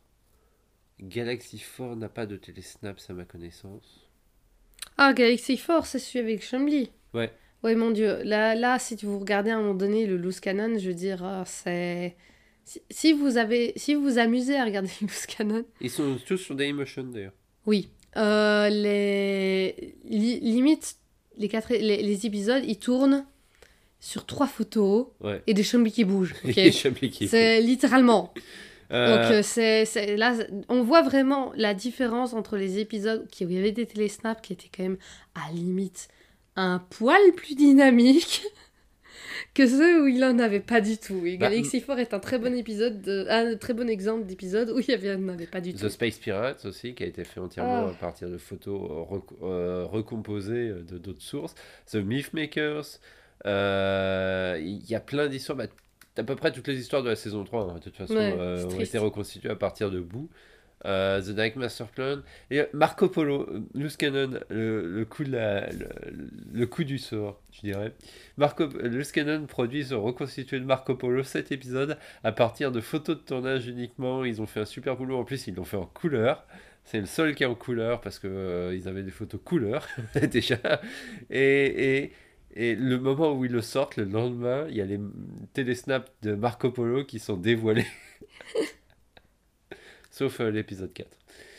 S1: Galaxy Four n'a pas de télésnaps à ma connaissance.
S2: Ah, Galaxy Four, c'est celui avec Chambly.
S1: Ouais.
S2: Ouais, mon Dieu. Là, là, si vous regardez à un moment donné le loose cannon, je veux dire, euh, c'est... Si, si vous avez... Si vous vous amusez à regarder le loose cannon...
S1: Ils sont tous sur Dailymotion, d'ailleurs.
S2: Oui. Euh, les... Li- limite, les, quatre... les, les épisodes, ils tournent sur trois photos
S1: ouais.
S2: et des Chambly qui bougent. Okay.
S1: Des Chambly qui
S2: c'est littéralement...
S1: Euh...
S2: Donc c'est, c'est, là, on voit vraiment la différence entre les épisodes qui où il y avait des télésnaps qui étaient quand même à limite un poil plus dynamiques que ceux où il en avait pas du tout. Et bah, Galaxy Four est un très bon épisode, de, un très bon exemple d'épisode où il y avait, en avait pas du
S1: The
S2: tout.
S1: The Space Pirates aussi, qui a été fait entièrement oh. à partir de photos rec- euh, recomposées de d'autres sources. The Mythmakers, il euh, y a plein d'histoires. Bah, à peu près toutes les histoires de la saison trois, hein, de toute façon,
S2: ouais,
S1: euh, ont été reconstituées à partir de bouts. Euh, The Night Master Plan. Et Marco Polo, Loose Cannon, le, le, coup de la, le, le coup du sort, je dirais. Marco, Loose Cannon produit ce reconstitué de Marco Polo, sept épisodes, à partir de photos de tournage uniquement. Ils ont fait un super boulot. En plus, ils l'ont fait en couleur. C'est le seul qui est en couleur parce qu'ils euh, avaient des photos couleur déjà. Et. et Et le moment où ils le sortent, le lendemain, il y a les télésnaps de Marco Polo qui sont dévoilés. Sauf euh, l'épisode quatre.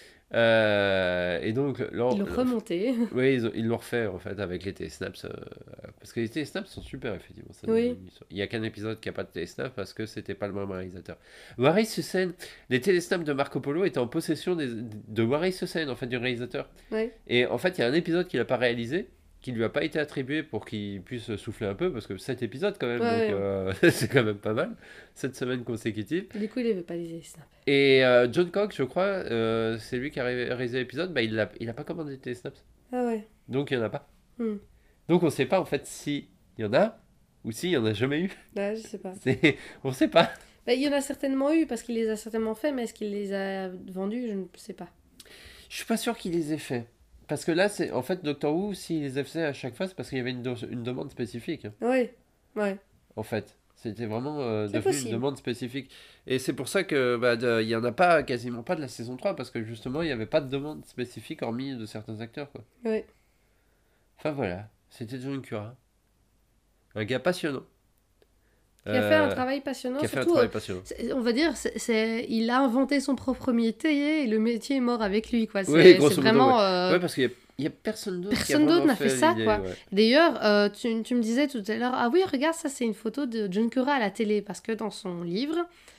S1: Euh, et donc,
S2: là, ils l'ont remonté.
S1: Oui, ils, ont, ils l'ont refait en fait avec les télésnaps. Euh, parce que les télésnaps sont super, effectivement. Ça,
S2: oui.
S1: Il n'y a qu'un épisode qui n'a pas de télésnaps parce que c'était pas le même réalisateur. Waris Hussein, les télésnaps de Marco Polo étaient en possession des, de Waris Hussein, en fait, du réalisateur.
S2: Oui.
S1: Et en fait, il y a un épisode qu'il n'a pas réalisé, qui lui a pas été attribué pour qu'il puisse souffler un peu, parce que sept épisodes quand même,
S2: ouais,
S1: donc
S2: ouais.
S1: Euh, c'est quand même pas mal, sept semaines consécutives.
S2: Du coup, il n'avait pas les snaps.
S1: Et euh, John Cox, je crois, euh, c'est lui qui a réalisé l'épisode, bah, il n'a il a pas commandé des snaps.
S2: Ah ouais.
S1: Donc il n'y en a pas.
S2: Hmm.
S1: Donc on sait pas en fait s'il y en a, ou s'il y en a jamais eu.
S2: Bah, je sais pas.
S1: C'est... On sait pas.
S2: Bah, il y en a certainement eu, parce qu'il les a certainement fait, mais est-ce qu'il les a vendus? Je ne sais pas.
S1: Je suis pas sûr qu'il les ait fait. Parce que là, c'est en fait Doctor Who, s'il les a fait à chaque fois, c'est parce qu'il y avait une, do- une demande spécifique. Hein,
S2: oui, ouais.
S1: en fait, c'était vraiment euh,
S2: C'est
S1: devenu
S2: possible.
S1: une demande spécifique. Et c'est pour ça que bah, de- il y en a pas quasiment pas de la saison trois, parce que justement, il n'y avait pas de demande spécifique hormis de certains acteurs, quoi.
S2: Oui.
S1: Enfin voilà, c'était John Cura. Un gars passionnant.
S2: Qui a fait un travail passionnant.
S1: Qui a fait
S2: surtout,
S1: un travail
S2: euh,
S1: passionnant.
S2: c'est- on va dire, c'est, c'est- il a inventé son propre métier et le métier est mort avec lui, quoi. C'est,
S1: Oui, grosso
S2: c'est
S1: modo,
S2: vraiment.
S1: ouais.
S2: euh,
S1: Ouais, parce qu'il n'y a, a personne d'autre
S2: Personne
S1: qui a
S2: d'autre
S1: vraiment
S2: n'a fait ça,
S1: l'idée,
S2: quoi.
S1: ouais.
S2: D'ailleurs, euh, tu, tu me disais tout à l'heure, ah oui, regarde, ça c'est une photo de John Cura à la télé, parce que dans son livre,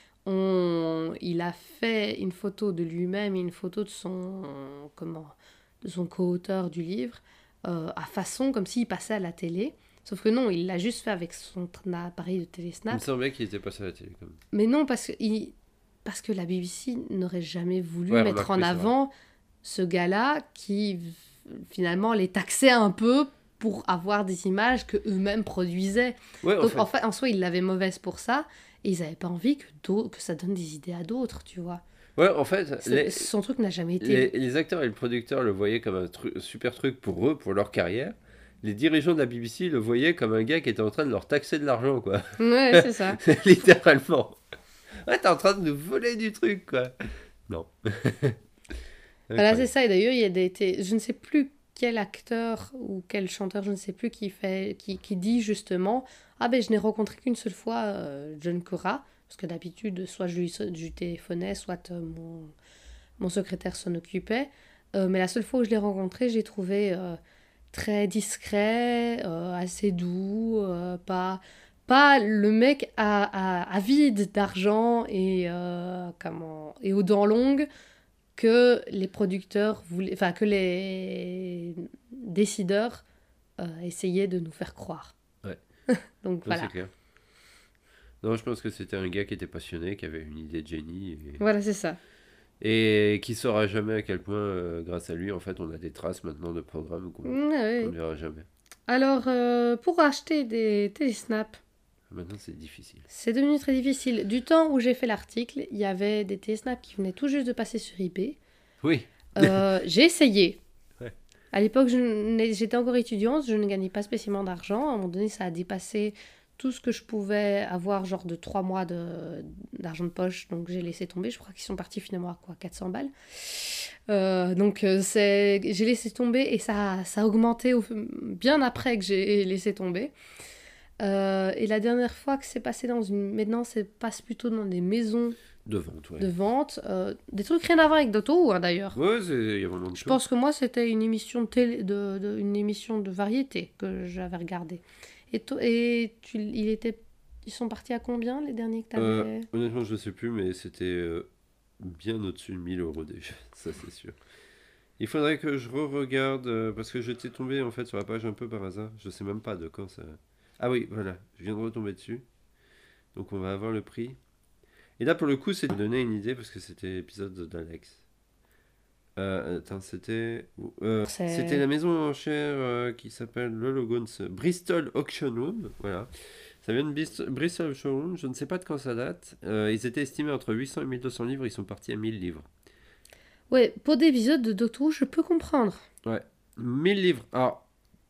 S2: on, il a fait une photo de lui-même et une photo de son, comment, de son co-auteur du livre, euh, à façon comme s'il passait à la télé. Sauf que non, il l'a juste fait avec son tra- appareil de
S1: Il
S2: télésnap.
S1: me semblait qu'il était passé à la télé, quand même.
S2: Mais non, parce que, il, parce que la B B C n'aurait jamais voulu
S1: Ouais,
S2: mettre
S1: remarque,
S2: en
S1: oui, c'est
S2: avant ce gars-là qui, finalement, les taxait un peu pour avoir des images que eux-mêmes produisaient.
S1: Ouais, en
S2: Donc,
S1: fait.
S2: en fait, en soi, ils l'avaient mauvaise pour ça, et ils n'avaient pas envie que, d'au- que ça donne des idées à d'autres, tu vois.
S1: Ouais, en fait,
S2: C'est-
S1: les,
S2: Son truc n'a jamais été...
S1: les, les acteurs et le producteur le voyaient comme un tru- super truc pour eux, pour leur carrière. Les dirigeants de la B B C le voyaient comme un gars qui était en train de leur taxer de l'argent, quoi.
S2: Ouais, c'est ça.
S1: Littéralement. Ouais, t'es en train de nous voler du truc, quoi. Non.
S2: Voilà, c'est ça. Et d'ailleurs, il y a des... té- Je ne sais plus quel acteur ou quel chanteur, je ne sais plus, qui, fait... qui, qui dit justement « Ah ben, je n'ai rencontré qu'une seule fois euh, John Cura. » Parce que d'habitude, soit je lui, je lui téléphonais, soit euh, mon... mon secrétaire s'en occupait. Euh, mais la seule fois où je l'ai rencontré, j'ai trouvé... Euh, très discret, euh, assez doux, euh, pas, pas le mec à, à, avide d'argent et, euh, comment, et aux dents longues que les producteurs voulaient, enfin que les décideurs euh, essayaient de nous faire croire.
S1: Ouais.
S2: Donc
S1: non,
S2: voilà.
S1: C'est clair. Non, je pense que c'était un gars qui était passionné, qui avait une idée de génie. Et...
S2: Voilà, c'est ça.
S1: Et qui saura jamais à quel point, euh, grâce à lui, en fait, on a des traces maintenant de programmes qu'on
S2: Ouais,
S1: ne
S2: oui.
S1: verra jamais.
S2: Alors, euh, pour acheter des télésnaps,
S1: maintenant c'est difficile.
S2: C'est devenu très difficile. Du temps où j'ai fait l'article, il y avait des télésnaps qui venaient tout juste de passer sur eBay.
S1: Oui.
S2: Euh, j'ai essayé.
S1: Ouais.
S2: À l'époque, je j'étais encore étudiante, je ne gagnais pas spécialement d'argent. À un moment donné, ça a dépassé tout ce que je pouvais avoir, genre de trois mois de, d'argent de poche. Donc j'ai laissé tomber. Je crois qu'ils sont partis finalement à quoi, quatre cents balles. Euh, donc c'est, j'ai laissé tomber et ça, ça a augmenté au, bien après que j'ai laissé tomber. Euh, et la dernière fois que c'est passé dans une... Maintenant, ça passe plutôt dans des maisons
S1: de vente. Ouais.
S2: De vente euh, des trucs rien à voir avec Doctor Who, hein, d'ailleurs.
S1: Ouais, il y a vraiment de
S2: Je pense que moi, c'était une émission de, télé, de, de, une émission de variété que j'avais regardée. Et, to, et tu, il était, ils sont partis à combien, les derniers que tu avais
S1: euh, Honnêtement, je ne sais plus, mais c'était euh, bien au-dessus de mille euros déjà, ça c'est sûr. Il faudrait que je re-regarde, euh, parce que j'étais tombé en fait sur la page un peu par hasard. Je sais même pas de quand ça... Ah oui, voilà, je viens de retomber dessus. Donc on va avoir le prix. Et là pour le coup, c'est de donner une idée, parce que c'était l'épisode d'Alex. Euh, attends, c'était... Euh, c'était la maison en chair euh, qui s'appelle le Logons Bristol Auction Room. Voilà. Ça vient de Bristol, Bristol Auction Room, je ne sais pas de quand ça date. Euh, ils étaient estimés entre huit cents et mille deux cents livres, ils sont partis à mille livres.
S2: Ouais, pour des épisodes de Doctor Who, je peux comprendre.
S1: Ouais, mille livres. Alors,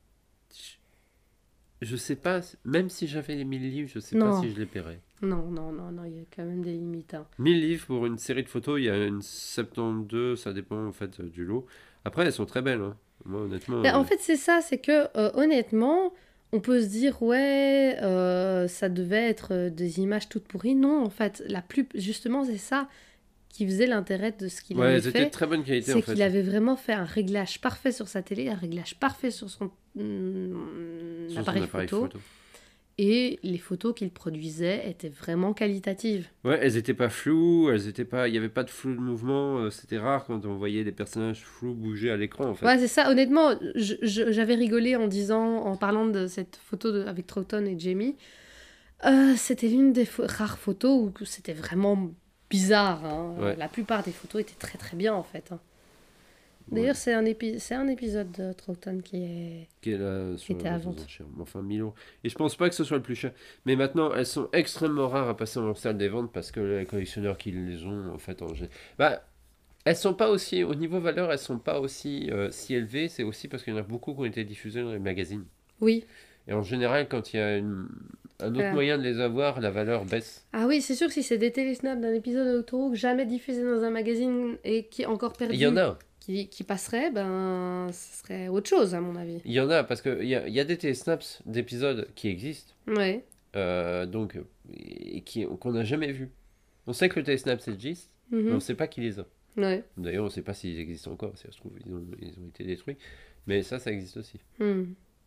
S1: je sais pas, même si j'avais les mille livres, je sais non. pas si je les paierais.
S2: Non, non, non, non, il y a quand même des limites. Hein.
S1: mille livres pour une série de photos, il y a une soixante-douze, ça dépend en fait du lot. Après, elles sont très belles, hein. Moi, honnêtement.
S2: Mais euh... En fait, c'est ça, c'est que euh, honnêtement, on peut se dire, ouais, euh, ça devait être des images toutes pourries. Non, en fait, la plus, justement, c'est ça qui faisait l'intérêt de ce qu'il
S1: ouais,
S2: avait
S1: elles
S2: fait.
S1: étaient de très bonne qualité,
S2: c'est
S1: en fait.
S2: qu'il avait vraiment fait un réglage parfait sur sa télé, un réglage parfait sur son, mmh, sur appareil, son appareil photo. photo. Et les photos qu'il produisait étaient vraiment qualitatives.
S1: Ouais, elles étaient pas floues, elles étaient pas, il y avait pas de flou de mouvement. C'était rare quand on voyait des personnages flous bouger à l'écran, en fait.
S2: Ouais, c'est ça. Honnêtement, je, je, j'avais rigolé en disant, en parlant de cette photo de, avec Troughton et Jamie. Euh, c'était l'une des fo- rares photos où c'était vraiment bizarre. Hein.
S1: Ouais.
S2: La plupart des photos étaient très très bien, en fait. Hein. D'ailleurs, ouais. c'est, un épi- c'est un épisode de Troughton qui est
S1: qui, est là sur
S2: qui était à vente.
S1: Enfin, mille euros. Et je pense pas que ce soit le plus cher. Mais maintenant, elles sont extrêmement rares à passer en salle des ventes parce que les collectionneurs qui les ont, en fait, en général. Bah, elles sont pas aussi, au niveau valeur, elles sont pas aussi euh, si élevées. C'est aussi parce qu'il y en a beaucoup qui ont été diffusés dans les magazines.
S2: Oui.
S1: Et en général, quand il y a une, un autre voilà. moyen de les avoir, la valeur baisse.
S2: Ah oui, c'est sûr que si c'est des télésnaps d'un épisode de Doctor Who jamais diffusé dans un magazine et qui est encore perdu.
S1: Il y en a.
S2: Qui, qui passerait, ben, ce serait autre chose, à mon avis.
S1: Il y en a, parce qu'il y a, y a des télésnaps d'épisodes qui existent.
S2: Ouais.
S1: Euh, donc, et qui, qu'on n'a jamais vu. On sait que le télésnaps existe, mm-hmm. mais on ne sait pas qui les a.
S2: Ouais.
S1: D'ailleurs, on ne sait pas s'ils existent encore, si ça se trouve, ils ont, ils ont été détruits. Mais ça, ça existe aussi.
S2: Mm.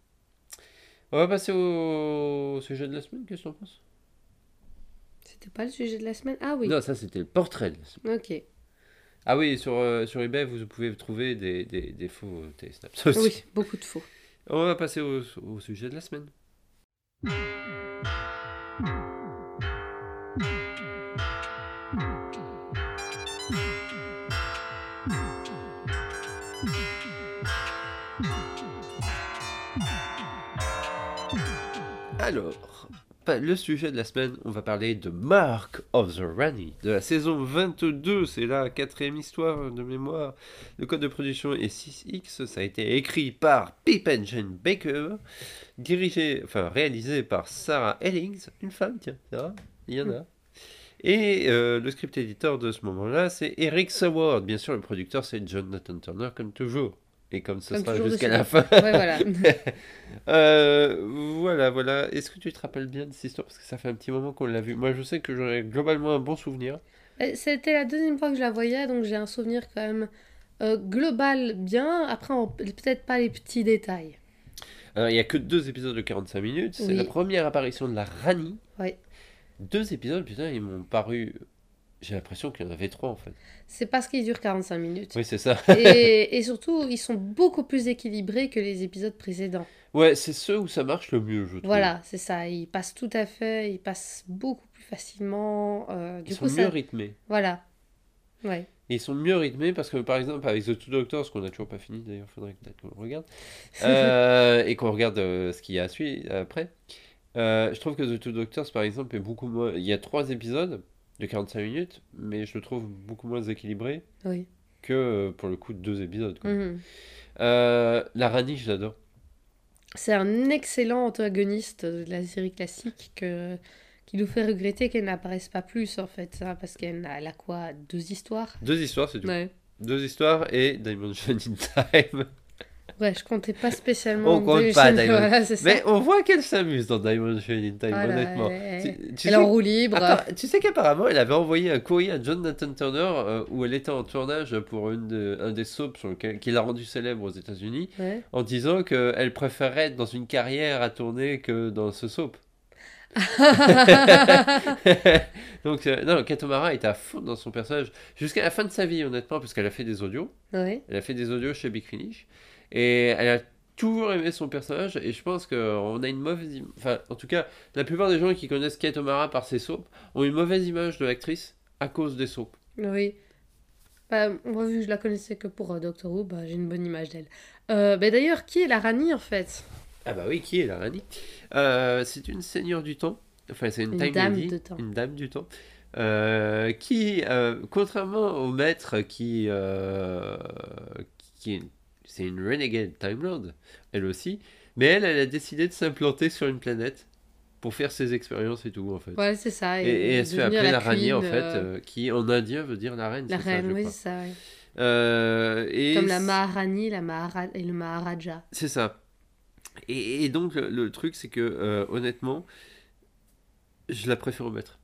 S1: On va passer au sujet de la semaine, qu'est-ce que tu en penses ?
S2: C'était pas le sujet de la semaine ? Ah oui.
S1: Non, ça, c'était le portrait de la semaine.
S2: Ok.
S1: Ah oui, sur, euh, sur eBay, vous pouvez trouver des, des, des faux euh, télésnaps aussi.
S2: Oui, beaucoup de faux.
S1: On va passer au, au sujet de la semaine. Alors, le sujet de la semaine, on va parler de Mark of the Rani, de la saison vingt-deux, c'est la quatrième histoire de mémoire. Le code de production est six X, ça a été écrit par Pip and Jane Baker, dirigé, enfin réalisé par Sarah Ellings, une femme, tiens, Sarah, il y en a. Mm. Et euh, le script éditeur de ce moment-là, c'est Eric Saward, bien sûr le producteur c'est Jonathan Turner, comme toujours. Et comme ce comme sera jusqu'à la fin.
S2: Ouais, voilà.
S1: euh, voilà, voilà. Est-ce que tu te rappelles bien de cette histoire ? Parce que ça fait un petit moment qu'on l'a vu. Moi, je sais que j'aurais globalement un bon souvenir.
S2: C'était la deuxième fois que je la voyais, donc j'ai un souvenir quand même euh, global bien. Après, on... peut-être pas les petits détails.
S1: Alors, il n'y a que deux épisodes de quarante-cinq minutes. C'est
S2: Oui.
S1: la première apparition de la Rani.
S2: Oui.
S1: Deux épisodes, putain, ils m'ont paru... J'ai l'impression qu'il y en avait trois, en fait.
S2: C'est parce qu'ils durent quarante-cinq minutes.
S1: Oui, c'est ça.
S2: et, et surtout, ils sont beaucoup plus équilibrés que les épisodes précédents.
S1: Ouais, c'est ceux où ça marche le mieux, je trouve.
S2: Voilà, c'est ça. Ils passent tout à fait, ils passent beaucoup plus facilement. Euh, du
S1: ils
S2: coup,
S1: sont
S2: ça...
S1: mieux rythmés.
S2: Voilà. Ouais.
S1: Et ils sont mieux rythmés parce que, par exemple, avec The Two Doctors, qu'on n'a toujours pas fini, d'ailleurs, il faudrait peut-être qu'on le regarde, euh, et qu'on regarde euh, ce qu'il y a à suivre après. Euh, je trouve que The Two Doctors, par exemple, est beaucoup moins... Il y a trois épisodes de quarante-cinq minutes, mais je le trouve beaucoup moins équilibré
S2: Oui.
S1: que, euh, pour le coup, deux épisodes. Quoi.
S2: Mhm.
S1: Euh, la Rani, je l'adore.
S2: C'est un excellent antagoniste de la série classique que... qui nous fait regretter qu'elle n'apparaisse pas plus, en fait. Hein, parce qu'elle a, elle a quoi? Deux histoires?
S1: Deux histoires, c'est tout.
S2: Ouais.
S1: Deux histoires et Dimension in Time.
S2: Ouais, je comptais pas spécialement.
S1: On compte
S2: Dimension-
S1: pas Dimension.
S2: Voilà, c'est ça.
S1: Mais on voit qu'elle s'amuse dans Dimension in Time,
S2: Voilà,
S1: honnêtement.
S2: elle,
S1: Tu-
S2: elle
S1: tu
S2: est
S1: sais-
S2: en roue libre.
S1: Attends, tu sais qu'apparemment, elle avait envoyé un courrier à Jonathan Turner euh, où elle était en tournage pour une de- un des soaps sur lequel, qui l'a rendu célèbre aux États-Unis,
S2: Ouais.
S1: en disant qu'elle préférait être dans une carrière à tourner que dans ce soap. Donc, euh, non, Katomara était à fond dans son personnage jusqu'à la fin de sa vie, honnêtement, parce qu'elle a fait des audios.
S2: Ouais.
S1: Elle a fait des audios chez Big Finish. Et elle a toujours aimé son personnage. Et je pense qu'on a une mauvaise. im- Enfin, en tout cas, la plupart des gens qui connaissent Kate O'Mara par ses soaps ont une mauvaise image de l'actrice à cause des soaps.
S2: Oui. Bah, moi, vu que je la connaissais que pour euh, Doctor Who, bah, j'ai une bonne image d'elle. Euh, bah, d'ailleurs, qui est la Rani en fait?
S1: Ah bah oui, qui est la Rani Euh, C'est une seigneur du temps. Enfin, c'est une,
S2: Une
S1: time
S2: dame
S1: lady,
S2: de temps.
S1: une dame du temps. euh, qui, euh, contrairement au maître qui, euh, qui est, c'est une renegade Time Lord, elle aussi, mais elle, elle a décidé de s'implanter sur une planète pour faire ses expériences et tout en fait.
S2: Ouais, c'est ça.
S1: Et, et elle se fait
S2: devenir
S1: appeler la, Rani en
S2: queen,
S1: fait,
S2: euh,
S1: euh, qui en indien veut dire la reine.
S2: La
S1: c'est ça,
S2: reine,
S1: je
S2: oui,
S1: crois.
S2: c'est ça. Ouais.
S1: Euh, et
S2: Comme la
S1: c-
S2: Maharani la Mahara... et le Maharaja.
S1: C'est ça. Et, et donc le, le truc c'est que euh, honnêtement, je la préfère au maître.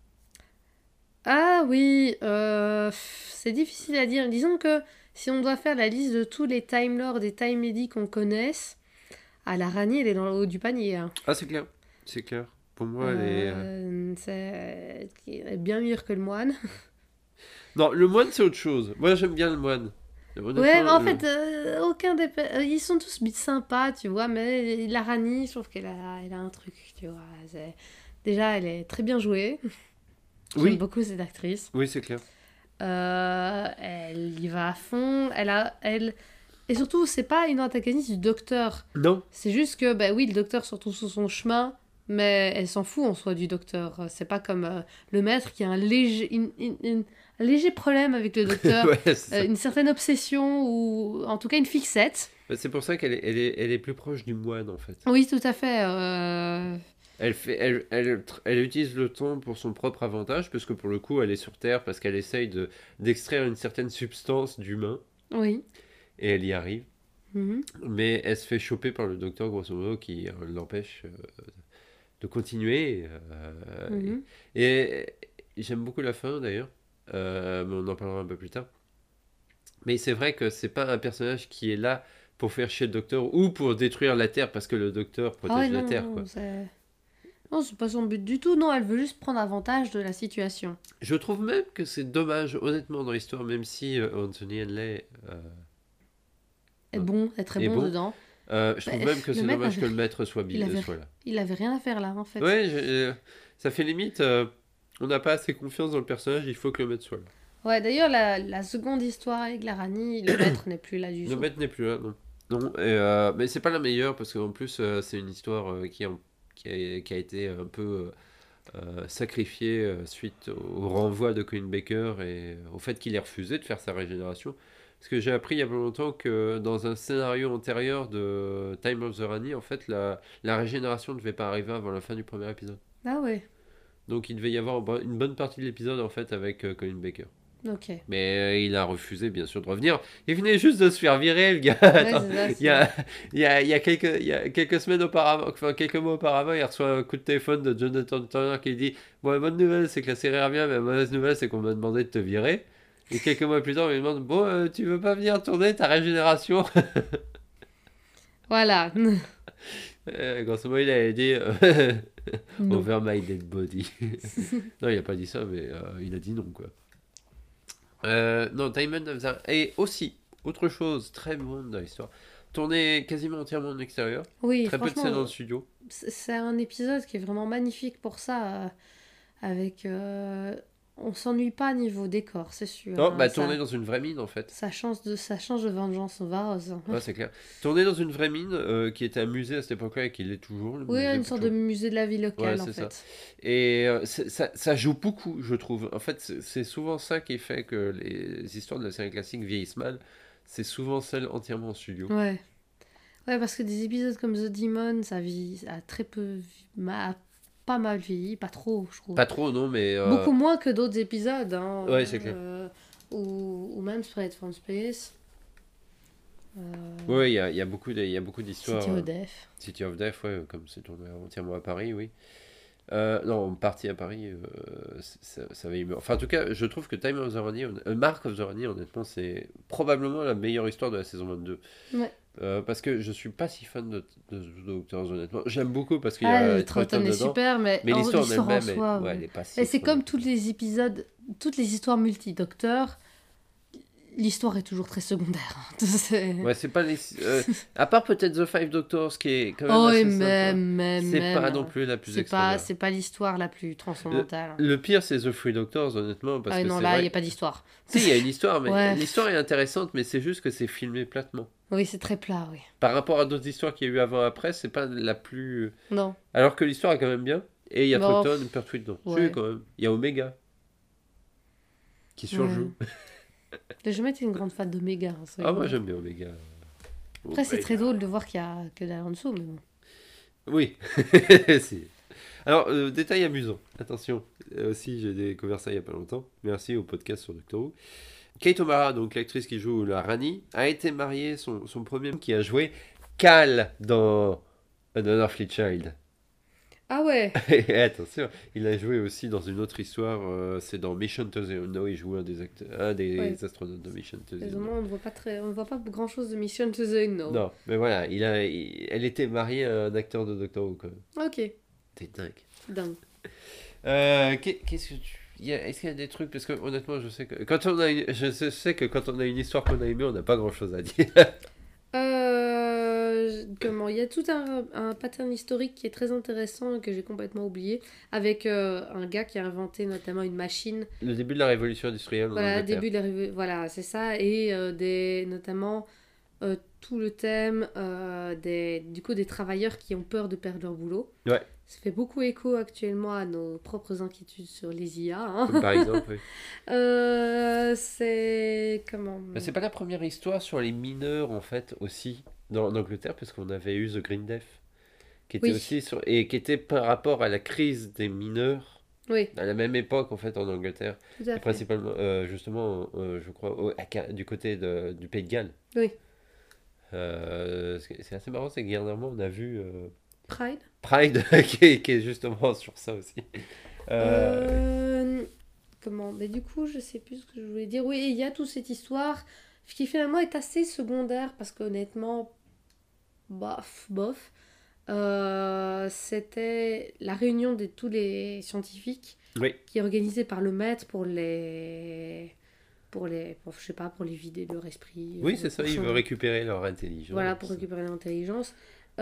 S2: Ah oui, euh, pff, c'est difficile à dire. Disons que si on doit faire la liste de tous les Time Lords et Time Lady qu'on connaisse, ah, la Rani, elle est dans le haut du panier. Hein.
S1: Ah c'est clair, c'est clair. Pour moi, elle est. euh,
S2: Euh, c'est elle est bien meilleure que le moine.
S1: Non, le moine, c'est autre chose. Moi, j'aime bien le moine. Honnêtement,
S2: Ouais, mais en
S1: le-
S2: fait, euh, aucun des... pe- euh, ils sont tous bi- sympas, tu vois, mais la Rani, je trouve qu'elle a, elle a un truc, tu vois. c'est- Déjà, elle est très bien jouée. J'aime
S1: Oui,
S2: beaucoup cette actrice.
S1: oui, c'est clair.
S2: Euh, elle y va à fond. Elle a, elle... Et surtout, c'est pas une antagoniste du docteur.
S1: Non,
S2: C'est juste que, bah oui, le docteur se retrouve sur son chemin, mais elle s'en fout en soi du docteur. C'est pas comme euh, le maître qui a un léger, une- une- une- un léger problème avec le docteur.
S1: ouais, c'est ça.
S2: Euh, une certaine obsession ou en tout cas une fixette.
S1: Bah, c'est pour ça qu'elle est, elle est, elle est plus proche du moine, en fait.
S2: Oui, tout à fait. euh,
S1: Elle, fait, elle, elle, tr- elle utilise le temps pour son propre avantage, parce que pour le coup, elle est sur Terre parce qu'elle essaye de, d'extraire une certaine substance d'humain,
S2: Oui.
S1: et elle y arrive.
S2: Mhm.
S1: Mais elle se fait choper par le docteur, grosso modo, qui euh, l'empêche euh, de continuer. euh,
S2: Mhm.
S1: Et, et j'aime beaucoup la fin, d'ailleurs. Euh, mais on en parlera un peu plus tard. Mais c'est vrai que c'est pas un personnage qui est là pour faire chier le docteur ou pour détruire la Terre parce que le docteur protège
S2: Ah ouais,
S1: la
S2: non,
S1: Terre.
S2: non,
S1: Quoi.
S2: c'est... Non, c'est pas son but du tout. Non, elle veut juste prendre avantage de la situation.
S1: Je trouve même que c'est dommage, honnêtement, dans l'histoire, même si euh, Anthony Henley. euh,
S2: Est
S1: Ouais.
S2: bon, est très
S1: Et
S2: bon,
S1: bon.
S2: dedans.
S1: euh, je
S2: Bah,
S1: trouve même que
S2: le
S1: c'est
S2: maître
S1: dommage
S2: avait-
S1: que le maître soit, bi-
S2: il avait-
S1: soit là.
S2: Il avait rien à faire là, en fait.
S1: Ouais, je- euh, ça fait limite. euh, on n'a pas assez confiance dans le personnage, il faut que le maître soit là.
S2: Ouais, d'ailleurs, la, la seconde histoire avec la Rani, le maître n'est plus là du
S1: Le
S2: tout.
S1: maître n'est plus là, non. Non, et, euh, mais c'est pas la meilleure parce qu'en plus, euh, c'est une histoire euh, qui, a, qui, a, qui a été un peu euh, euh, sacrifiée euh, suite au renvoi de Colin Baker et au fait qu'il ait refusé de faire sa régénération. Parce que j'ai appris il y a pas longtemps que dans un scénario antérieur de Time of the Rani, en fait, la, la régénération ne devait pas arriver avant la fin du premier épisode.
S2: Ah ouais,
S1: Donc il devait y avoir une bonne partie de l'épisode en fait avec euh, Colin Baker.
S2: ok.
S1: Mais euh, il a refusé bien sûr de revenir. Il venait juste de se faire virer, le gars.
S2: Ouais,
S1: Attends,
S2: c'est ça,
S1: il
S2: c'est-
S1: y a, il y a, il y a quelques, il y a quelques semaines auparavant, enfin quelques mois auparavant, il reçoit un coup de téléphone de Jonathan Turner qui dit bon, la bonne nouvelle c'est que la série revient, mais la mauvaise nouvelle c'est qu'on m'a demandé de te virer. Et quelques mois plus tard, il lui demande bon, euh, tu veux pas venir tourner ta régénération?
S2: Voilà.
S1: Euh, grosso modo, il avait dit euh,
S2: Non.
S1: Over my dead body. Non, il a pas dit ça, mais euh, il a dit non, quoi. Euh, non, Diamond of the... Et aussi, autre chose très bonne dans l'histoire, tourné quasiment entièrement en extérieur.
S2: Oui,
S1: Très peu de scènes
S2: franchement,
S1: en studio.
S2: c'est c'est un épisode qui est vraiment magnifique pour ça. euh, avec, euh, on s'ennuie pas niveau décor, c'est sûr.
S1: Non,
S2: hein,
S1: bah
S2: ça,
S1: tourné dans une vraie mine, en fait.
S2: ça change de, ça change de Vengeance Varos.
S1: Ouais, c'est clair. Tourné dans une vraie mine, euh, qui était un musée à cette époque-là et qui l'est toujours. Le
S2: Oui,
S1: musée
S2: une sorte de
S1: Pouchon.
S2: musée de la vie
S1: Ouais,
S2: locale en
S1: c'est ça.
S2: fait.
S1: Et euh, c'est- ça, ça joue beaucoup, je trouve. En fait, c'est c'est souvent ça qui fait que les histoires de la série classique vieillissent mal. C'est souvent celles entièrement en studio.
S2: Ouais. Ouais, parce que des épisodes comme The Demon, ça vit, ça a très peu, vi- ma- pas mal vieilli, pas trop, je trouve.
S1: Pas trop, non, mais... euh,
S2: Beaucoup moins que d'autres épisodes, hein,
S1: Ouais, c'est clair.
S2: euh, ou, ou même Spread from Space, euh,
S1: Ouais, il y a, il y a beaucoup de- il y a beaucoup d'histoires.
S2: City
S1: euh,
S2: of Death.
S1: City of Death, ouais, comme c'est tourné entièrement à Paris, oui. Euh, non, en partie à Paris, euh, c'est- ça, ça va y me- Enfin, en tout cas, je trouve que Time of the Rani, euh, Mark of the Rani, honnêtement, c'est probablement la meilleure histoire de la saison vingt-deux.
S2: Ouais.
S1: Euh, parce que je suis pas si fan de, de, de Doctor Who, honnêtement. J'aime beaucoup parce qu'il y
S2: Ah,
S1: a
S2: le
S1: Troughton
S2: Troughton est
S1: dedans.
S2: super, mais,
S1: Mais
S2: en-
S1: l'histoire en
S2: l'histoire en
S1: elle-même, elle,
S2: soi,
S1: ouais,
S2: ouais.
S1: elle est pas si
S2: Et c'est comme
S1: extraordinaire.
S2: tous les épisodes, toutes les histoires multi-docteurs, l'histoire est toujours très secondaire. C'est-
S1: Ouais, c'est pas les. euh, à part peut-être The Five Doctors, qui est quand même
S2: Oh, et
S1: assez sympa.
S2: même, même,
S1: C'est
S2: même.
S1: pas non plus la plus
S2: C'est pas,
S1: extraordinaire.
S2: c'est pas l'histoire la plus transcendantale.
S1: Le pire, c'est The Three Doctors, honnêtement, parce
S2: Ah
S1: que
S2: non,
S1: c'est
S2: là, il
S1: vrai.
S2: n'y a pas d'histoire.
S1: Si, il y a une histoire, mais
S2: Ouais.
S1: l'histoire est intéressante, mais c'est juste que c'est filmé platement.
S2: Oui, c'est très plat, oui.
S1: Par rapport à d'autres histoires qu'il y a eu avant après, c'est pas la plus.
S2: Non.
S1: Alors que l'histoire est quand même bien. Et il y a
S2: Bon,
S1: Troughton et Pertwee dedans.
S2: ouais.
S1: Si, quand même. Il y a Omega qui surjoue.
S2: J'ai jamais été une grande fan de Méga. hein, soyons
S1: Ah, moi
S2: honnêtes.
S1: j'aime bien Omega.
S2: Après, c'est
S1: Omega.
S2: très drôle de voir qu'il y a que dalle en dessous, mais bon.
S1: Oui. Si. Alors, euh, détail amusant. Attention. Euh, aussi, j'ai découvert ça il y a pas longtemps. Merci au podcast sur Doctor Who. Kate O'Mara, donc l'actrice qui joue la Rani, a été mariée, son, son premier qui a joué Cal dans Another Fleet Child.
S2: Ah ouais.
S1: Et attention, il a joué aussi dans une autre histoire, euh, c'est dans Mission to the Unknown, il joue un des, acteurs, un des
S2: Ouais.
S1: astronautes de Mission to the
S2: Raisonnement,
S1: Unknown.
S2: on ne voit pas très, on ne voit pas grand chose de Mission to the Unknown.
S1: Non, mais voilà, il a, il- elle était mariée à un acteur de Doctor Who quand même.
S2: Ok.
S1: T'es dingue.
S2: Dingue.
S1: Euh, qu'est- qu'est-ce que tu... il y a- Est-ce qu'il y a des trucs, parce que honnêtement je sais que quand on a une... je sais sais que quand on a une histoire qu'on a aimée on n'a pas grand chose à dire.
S2: Euh, comment il y a tout un, un pattern historique qui est très intéressant et que j'ai complètement oublié avec euh, un gars qui a inventé notamment une machine.
S1: Le début de la révolution industrielle en
S2: Voilà,
S1: Angleterre.
S2: début de la révo- voilà, c'est ça et euh, des notamment euh, tout le thème euh, des du coup des travailleurs qui ont peur de perdre leur boulot.
S1: Ouais.
S2: Ça fait beaucoup écho actuellement à nos propres inquiétudes sur les I A. hein.
S1: Comme par exemple, oui.
S2: Euh, c'est comment
S1: Mais c'est pas la première histoire sur les mineurs en fait aussi dans, en Angleterre parce qu'on avait eu The Green Death qui était
S2: Oui.
S1: aussi sur et qui était par rapport à la crise des mineurs
S2: Oui,
S1: à la même époque en fait en Angleterre
S2: tout à
S1: et
S2: fait.
S1: principalement euh, justement euh, je crois au- à Ca- du côté de- du Pays de Galles.
S2: Oui.
S1: Euh, ce qui est- c'est assez marrant c'est que dernièrement on a vu euh,
S2: Pride.
S1: Pride qui, est, qui est justement sur ça aussi. Euh,
S2: Euh, comment Mais du coup, je sais plus ce que je voulais dire. Oui, il y a toute cette histoire qui finalement est assez secondaire parce qu'honnêtement, bof, bof. Euh, c'était la réunion de tous les scientifiques
S1: Oui.
S2: qui est organisée par le maître pour les pour les pour, je sais pas pour les vider de leur esprit.
S1: Oui,
S2: pour-
S1: c'est ça,
S2: pour
S1: il veut
S2: changer-
S1: récupérer leur intelligence.
S2: Voilà, pour récupérer l'intelligence.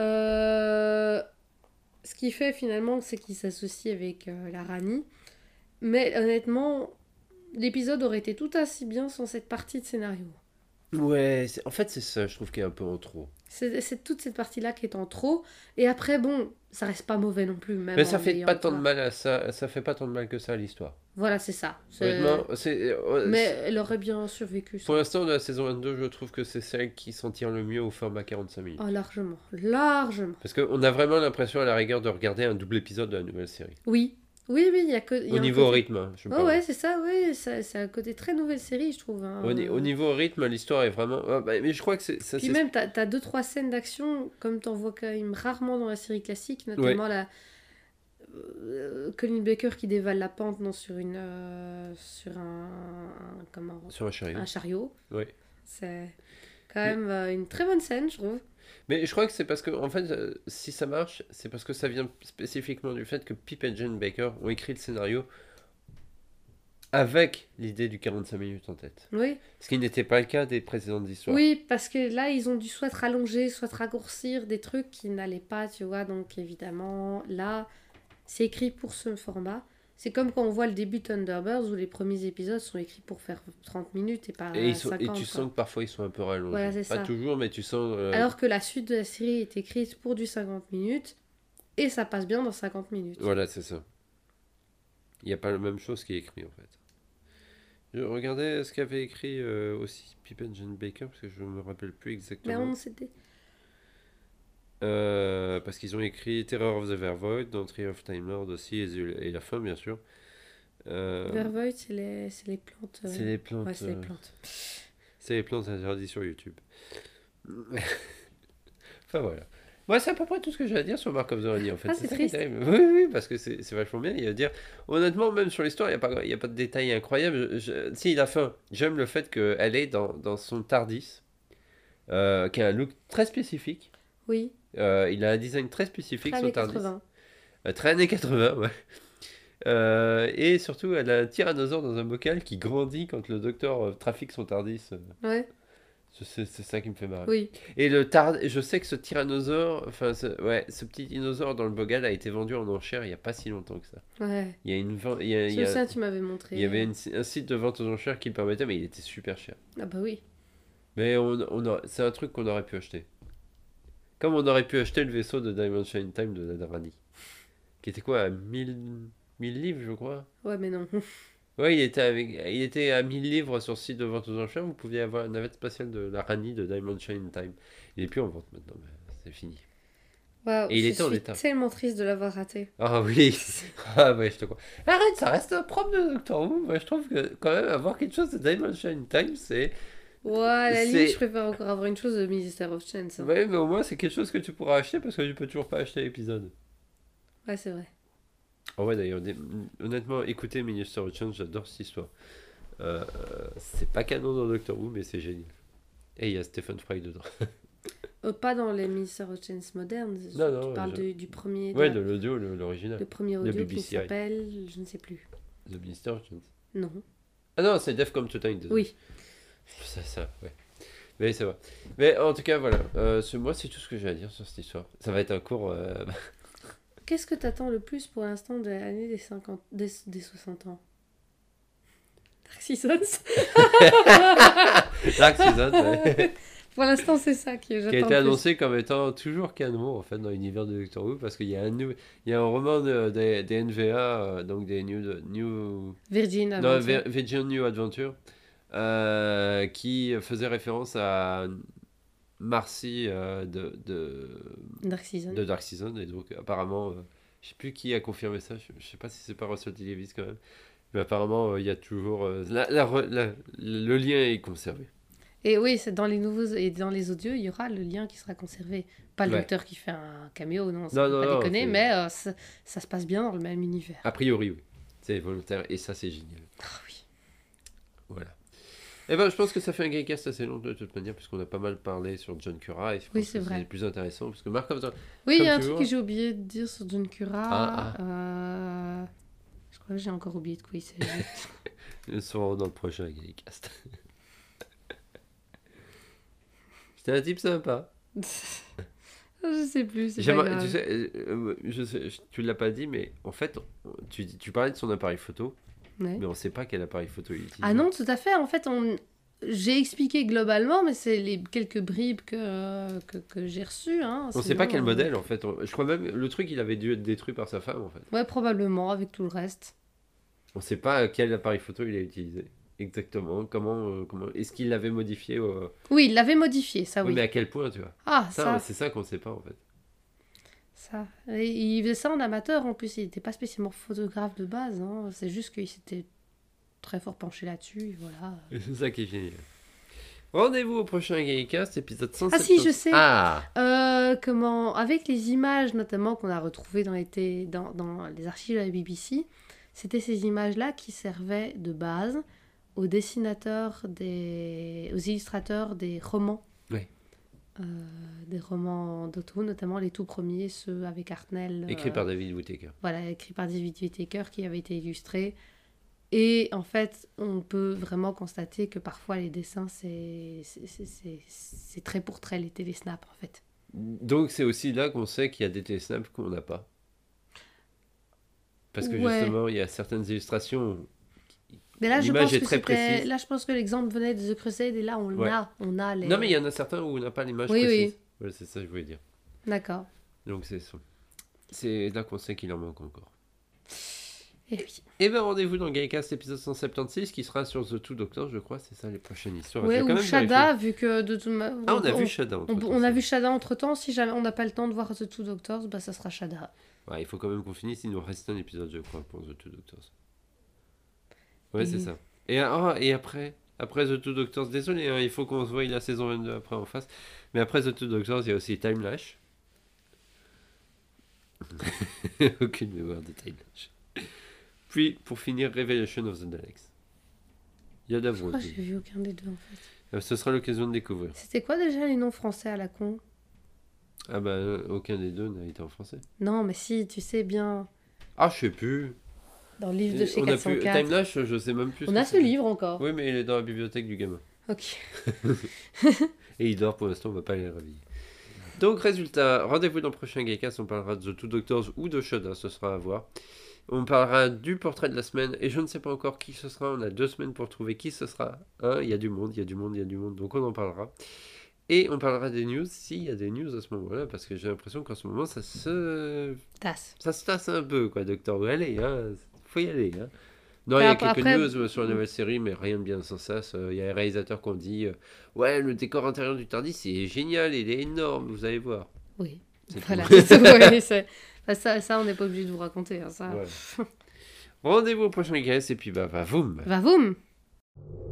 S2: Euh, ce qui fait finalement, c'est qu'il s'associe avec euh, la Rani. Mais honnêtement, l'épisode aurait été tout aussi bien sans cette partie de scénario.
S1: Ouais, c'est- en fait, c'est ça, je trouve qu'il y a un peu en trop.
S2: C'est c'est toute cette partie-là qui est en trop. Et après, bon, ça reste pas mauvais non plus. Même
S1: Mais ça
S2: en
S1: fait
S2: ayant
S1: pas tant de
S2: pas-
S1: mal à ça, ça fait pas tant de mal que ça à l'histoire.
S2: Voilà, c'est ça. C'est-
S1: Honnêtement, c'est. euh,
S2: Mais
S1: c'est-
S2: elle aurait bien survécu.
S1: Pour
S2: Ça.
S1: l'instant, de la saison vingt-deux, je trouve que c'est celle qui s'en tire le mieux au format quarante-cinq minutes.
S2: Oh, largement. Largement.
S1: Parce qu'on a vraiment l'impression, à la rigueur, de regarder un double épisode de la nouvelle série.
S2: Oui. Oui, oui, il y a que. il y a
S1: Au
S2: un
S1: niveau
S2: côté-
S1: rythme, hein, je
S2: Oh,
S1: parle.
S2: ouais, c'est ça, oui. ça- C'est un côté très nouvelle série, je trouve. hein.
S1: Au, ni- au niveau rythme, l'histoire est vraiment. Ah, bah, mais je crois que c'est. Ça,
S2: Puis
S1: c'est-
S2: même, t'as as deux, trois scènes d'action, comme t'en vois quand même rarement dans la série classique, notamment la. euh, Colin Baker qui dévale la pente non, sur une. euh, sur un. un- comment
S1: Sur un chariot.
S2: Un chariot.
S1: Oui.
S2: C'est quand même euh, une très bonne scène, je trouve.
S1: Mais je crois que c'est parce que, en fait, euh, si ça marche, c'est parce que ça vient spécifiquement du fait que Pip et Jen Baker ont écrit le scénario avec l'idée du quarante-cinq minutes en tête.
S2: Oui.
S1: Ce qui n'était pas le cas des précédentes histoires.
S2: Oui, parce que là, ils ont dû soit rallonger, soit raccourcir des trucs qui n'allaient pas, tu vois. Donc, évidemment, là, c'est écrit pour ce format. C'est comme quand on voit le début de Thunderbirds où les premiers épisodes sont écrits pour faire trente minutes et pas
S1: et, ils sont,
S2: cinquante.
S1: Et tu
S2: quoi.
S1: sens que parfois ils sont un peu rallongés.
S2: Voilà, c'est
S1: pas
S2: ça.
S1: toujours, mais tu sens... Euh...
S2: Alors que la suite de la série est écrite pour du cinquante minutes et ça passe bien dans cinquante minutes.
S1: Voilà, c'est ça. Il n'y a pas la même chose qui est écrit en fait. Je regardais ce qu'avait écrit euh, aussi Pip et Jen Baker parce que je ne me rappelle plus exactement.
S2: Mais on c'était...
S1: Euh, parce qu'ils ont écrit Terror of the Vervoid, dans Tree of Time Lord aussi, et, et la fin bien sûr.
S2: Euh, Vervoid, c'est les, c'est les plantes. Euh...
S1: C'est les plantes.
S2: Ouais, c'est les plantes.
S1: Euh... C'est les plantes interdites sur YouTube. Enfin voilà. Moi, c'est à peu près tout ce que j'ai à dire sur Mark of the Rani en fait.
S2: Ah, c'est, c'est triste.
S1: Oui, oui, parce que c'est, c'est vachement bien. Il va dire, honnêtement, même sur l'histoire, il n'y a, pas, il y a pas de détails incroyables. Je, je, si, la fin, j'aime le fait qu'elle est dans, dans son TARDIS, euh, qui a un look très spécifique.
S2: Oui.
S1: Euh, il a un design très spécifique,
S2: très
S1: son
S2: années
S1: TARDIS.
S2: quatre-vingts.
S1: Euh, très années quatre-vingts, ouais. Euh, et surtout, elle a un tyrannosaure dans un bocal qui grandit quand le docteur euh, trafique son TARDIS. Euh.
S2: Ouais.
S1: C'est, c'est ça qui me fait marrer.
S2: Oui.
S1: Et le tard, je sais que ce tyrannosaure, enfin, ce, ouais, ce petit dinosaure dans le bocal a été vendu en enchères il n'y a pas si longtemps que ça.
S2: Ouais.
S1: Il y a une vente. Il y a,
S2: c'est
S1: il y a,
S2: ça que tu m'avais montré.
S1: Il y avait une, un site de vente aux enchères qui le permettait, mais il était super cher.
S2: Ah bah oui.
S1: Mais on, on a, c'est un truc qu'on aurait pu acheter. Comme on aurait pu acheter le vaisseau de Dimension Time de Nadarani. Qui était quoi, à mille livres, je crois.
S2: Ouais, mais non.
S1: Ouais, il était, avec, il était à mille livres sur le site de vente aux enchères. Vous pouviez avoir une navette spatiale de la Rani de Dimension Time. Il n'est plus en vente maintenant, mais c'est fini.
S2: Wow,
S1: Et il
S2: je
S1: était en
S2: suis
S1: état.
S2: tellement triste de l'avoir raté.
S1: Ah oui. Ah ouais, je te crois. Arrête, ça reste un propre de Doctor Who. Moi, je trouve que quand même avoir quelque chose de Dimension Time, c'est...
S2: Ouais, à la limite, je préfère encore avoir une chose de Minister of Chance. Hein.
S1: Ouais, mais au moins, c'est quelque chose que tu pourras acheter parce que tu peux toujours pas acheter l'épisode.
S2: Ouais, c'est vrai.
S1: Oh ouais, d'ailleurs, des... honnêtement, écoutez Minister of Chance, j'adore cette histoire. Euh, c'est pas canon dans Doctor Who, mais c'est génial. Et il y a Stephen Fry dedans.
S2: Euh, pas dans les Minister of Chance modernes.
S1: Non, non.
S2: Tu parles
S1: je...
S2: de, du premier.
S1: Ouais,
S2: de,
S1: de l'audio, le, l'original.
S2: Le premier audio
S1: B B C
S2: qui s'appelle. Je ne sais plus.
S1: The Minister of Chance.
S2: Non.
S1: Ah non, c'est Death Come to Time. Désolé.
S2: Oui.
S1: Ça, ça, ouais. Mais c'est vrai. Mais en tout cas, voilà. Euh, ce, moi, c'est tout ce que j'ai à dire sur cette histoire. Ça va être un cours. Euh...
S2: Qu'est-ce que t'attends le plus pour l'instant de l'année des, cinquante... des, des soixante ans? Dark Seasons.
S1: Dark Seasons, ouais.
S2: Pour l'instant, c'est ça que j'attends.
S1: Qui a été annoncé comme étant toujours canon en fait dans l'univers de Doctor Who parce qu'il y a un, nou... il y a un roman de, de, des N V A, euh, donc des New. new...
S2: Virgin Adventure.
S1: Non, Virgin New Adventure, euh, qui faisait référence à Marcy euh, de, de,
S2: Dark Season.
S1: de Dark Season. Et donc, apparemment, euh, je sais plus qui a confirmé ça, je, je sais pas si c'est pas Russell T. Davies quand même, mais apparemment, euh, il y a toujours. Euh, la, la, la, le lien est conservé.
S2: Et oui, c'est dans les nouveaux et dans les audios, il y aura le lien qui sera conservé. Pas le
S1: ouais.
S2: docteur qui fait un caméo, non,
S1: non,
S2: ça
S1: non,
S2: pas
S1: non,
S2: déconner,
S1: c'est...
S2: mais euh, ça, ça se passe bien dans le même univers.
S1: A priori, oui. C'est volontaire et ça, c'est génial.
S2: Ah oui.
S1: Voilà. Et ben, je pense que ça fait un Greycast assez long de toute manière, puisqu'on a pas mal parlé sur John Cura. Et je pense
S2: oui, c'est
S1: que
S2: vrai.
S1: C'est plus intéressant, parce que Mark of the...
S2: Oui, il y a un truc que j'ai oublié de dire sur John Cura.
S1: Ah, ah.
S2: Euh... Je crois que j'ai encore oublié de quoi il s'agit.
S1: Ils seront dans le prochain Greycast. C'était un type sympa.
S2: Je sais plus, c'est pas grave.
S1: Tu sais, euh, je sais, tu l'as pas dit, mais en fait, tu, tu parlais de son appareil photo,
S2: ouais.
S1: mais on sait pas quel appareil photo il utilise.
S2: Ah non, tout à fait. En fait, on... j'ai expliqué globalement, mais c'est les quelques bribes que, que, que j'ai reçues. Hein.
S1: On
S2: Sinon,
S1: sait pas quel
S2: euh...
S1: modèle, en fait. Je crois même, le truc, il avait dû être détruit par sa femme, en fait.
S2: Ouais, probablement, avec tout le reste.
S1: On sait pas quel appareil photo il a utilisé. Exactement. Comment, euh, comment... Est-ce qu'il l'avait modifié euh...
S2: Oui, il l'avait modifié, ça oui.
S1: oui. Mais à quel point, tu vois?
S2: Ah,
S1: ça,
S2: ça.
S1: C'est ça qu'on sait pas, en fait.
S2: Ça. Et il faisait ça en amateur, en plus. Il n'était pas spécialement photographe de base. Hein. C'est juste qu'il s'était très fort penché là-dessus. Et voilà.
S1: Et c'est ça qui est génial. Rendez-vous au prochain Greycast, épisode cent soixante.
S2: Ah si, je sais.
S1: Ah
S2: euh, comment, avec les images notamment qu'on a retrouvées dans les, t... dans, dans les archives de la B B C, c'était ces images-là qui servaient de base aux dessinateurs, des... aux illustrateurs des romans
S1: oui.
S2: euh, des romans d'auto, notamment les tout premiers, ceux avec Hartnell.
S1: Écrit
S2: euh,
S1: par David Whittaker.
S2: Voilà, écrit par David Whittaker, qui avait été illustré. Et en fait, on peut vraiment constater que parfois les dessins, c'est, c'est, c'est, c'est, c'est trait pour trait, les télésnaps, en fait.
S1: Donc c'est aussi là qu'on sait qu'il y a des télésnaps qu'on n'a pas. Parce que
S2: Ouais.
S1: justement, il y a certaines illustrations.
S2: Mais là, je
S1: L'image
S2: pense
S1: est
S2: que
S1: très
S2: c'était...
S1: précise.
S2: Là, je pense que l'exemple venait de The Crusade, et là, on
S1: Ouais.
S2: a, on a les...
S1: Non, mais il y en a certains où on n'a pas l'image
S2: Oui,
S1: précise.
S2: oui.
S1: Voilà, c'est ça que je voulais dire.
S2: D'accord.
S1: Donc c'est ça. C'est là qu'on sait qu'il en manque encore.
S2: Et oui.
S1: Et bien rendez-vous dans Gaïcast épisode cent soixante-seize qui sera sur The Two Doctors, je crois, c'est ça les prochaines histoires.
S2: Ouais,
S1: Je vais quand
S2: ou
S1: même
S2: Shada,
S1: vérifier.
S2: vu que de toute ma...
S1: Ah, on a
S2: on,
S1: vu Shada
S2: on,
S1: entre-temps,
S2: on a
S1: ça.
S2: vu Shada entre-temps. Si jamais on n'a pas le temps de voir The Two Doctors, bah ça sera Shada.
S1: Ouais, il faut quand même qu'on finisse, il nous reste un épisode, je crois, pour The Two Doctors. Ouais,
S2: Et-
S1: c'est ça. Et, ah, et après, après The Two Doctors, désolé, hein, il faut qu'on se voie la saison vingt-deux après en face. Mais après The Two Doctors, il y a aussi Time Lash. Aucune mémoire de Time Lash. Puis, pour finir, Revelation of the Daleks. Il y a d'avouer.
S2: Pourquoi j'ai vu aucun des deux, en fait.
S1: Euh, Ce sera l'occasion de découvrir.
S2: C'était quoi déjà les noms français à la con?
S1: Ah bah, euh, aucun des deux n'a été en français.
S2: Non, mais si, tu sais bien,
S1: Ah, je sais plus.
S2: dans le livre de chez
S1: On a pu...
S2: quatre cent quatre.
S1: Time Lash, je sais même plus.
S2: On
S1: que
S2: a ce
S1: c'est.
S2: livre encore.
S1: Oui, mais il est dans la bibliothèque du gamin.
S2: Ok.
S1: Et il dort pour l'instant, on va pas aller le réveiller. Donc, résultat, rendez-vous dans le prochain Gaycast, on parlera de The Two Doctors ou de Shada, ce sera à voir. On parlera du portrait de la semaine, et je ne sais pas encore qui ce sera, on a deux semaines pour trouver qui ce sera. Hein, il y a du monde, il y a du monde, il y a du monde, donc on en parlera. Et on parlera des news, s'il y a des news à ce moment-là, parce que j'ai l'impression qu'en ce moment, ça se...
S2: Tasse.
S1: ça se tasse un peu, quoi, Docteur Who. Allez, hein, faut y aller, hein. Non, il y
S2: Bah,
S1: a
S2: après-
S1: quelques
S2: après-
S1: news sur la nouvelle série, mais rien de bien sans ça. Il y a les réalisateurs qui ont dit euh, ouais, le décor intérieur du Tardis, c'est génial, il est énorme, vous allez voir.
S2: Oui.
S1: C'est
S2: Voilà.
S1: tout.
S2: c'est tout, ouais, c'est- enfin, ça, ça, on n'est pas obligé de vous raconter. Hein, ça.
S1: Ouais. Rendez-vous au prochain guest, et puis bah, va voum.
S2: Va voum.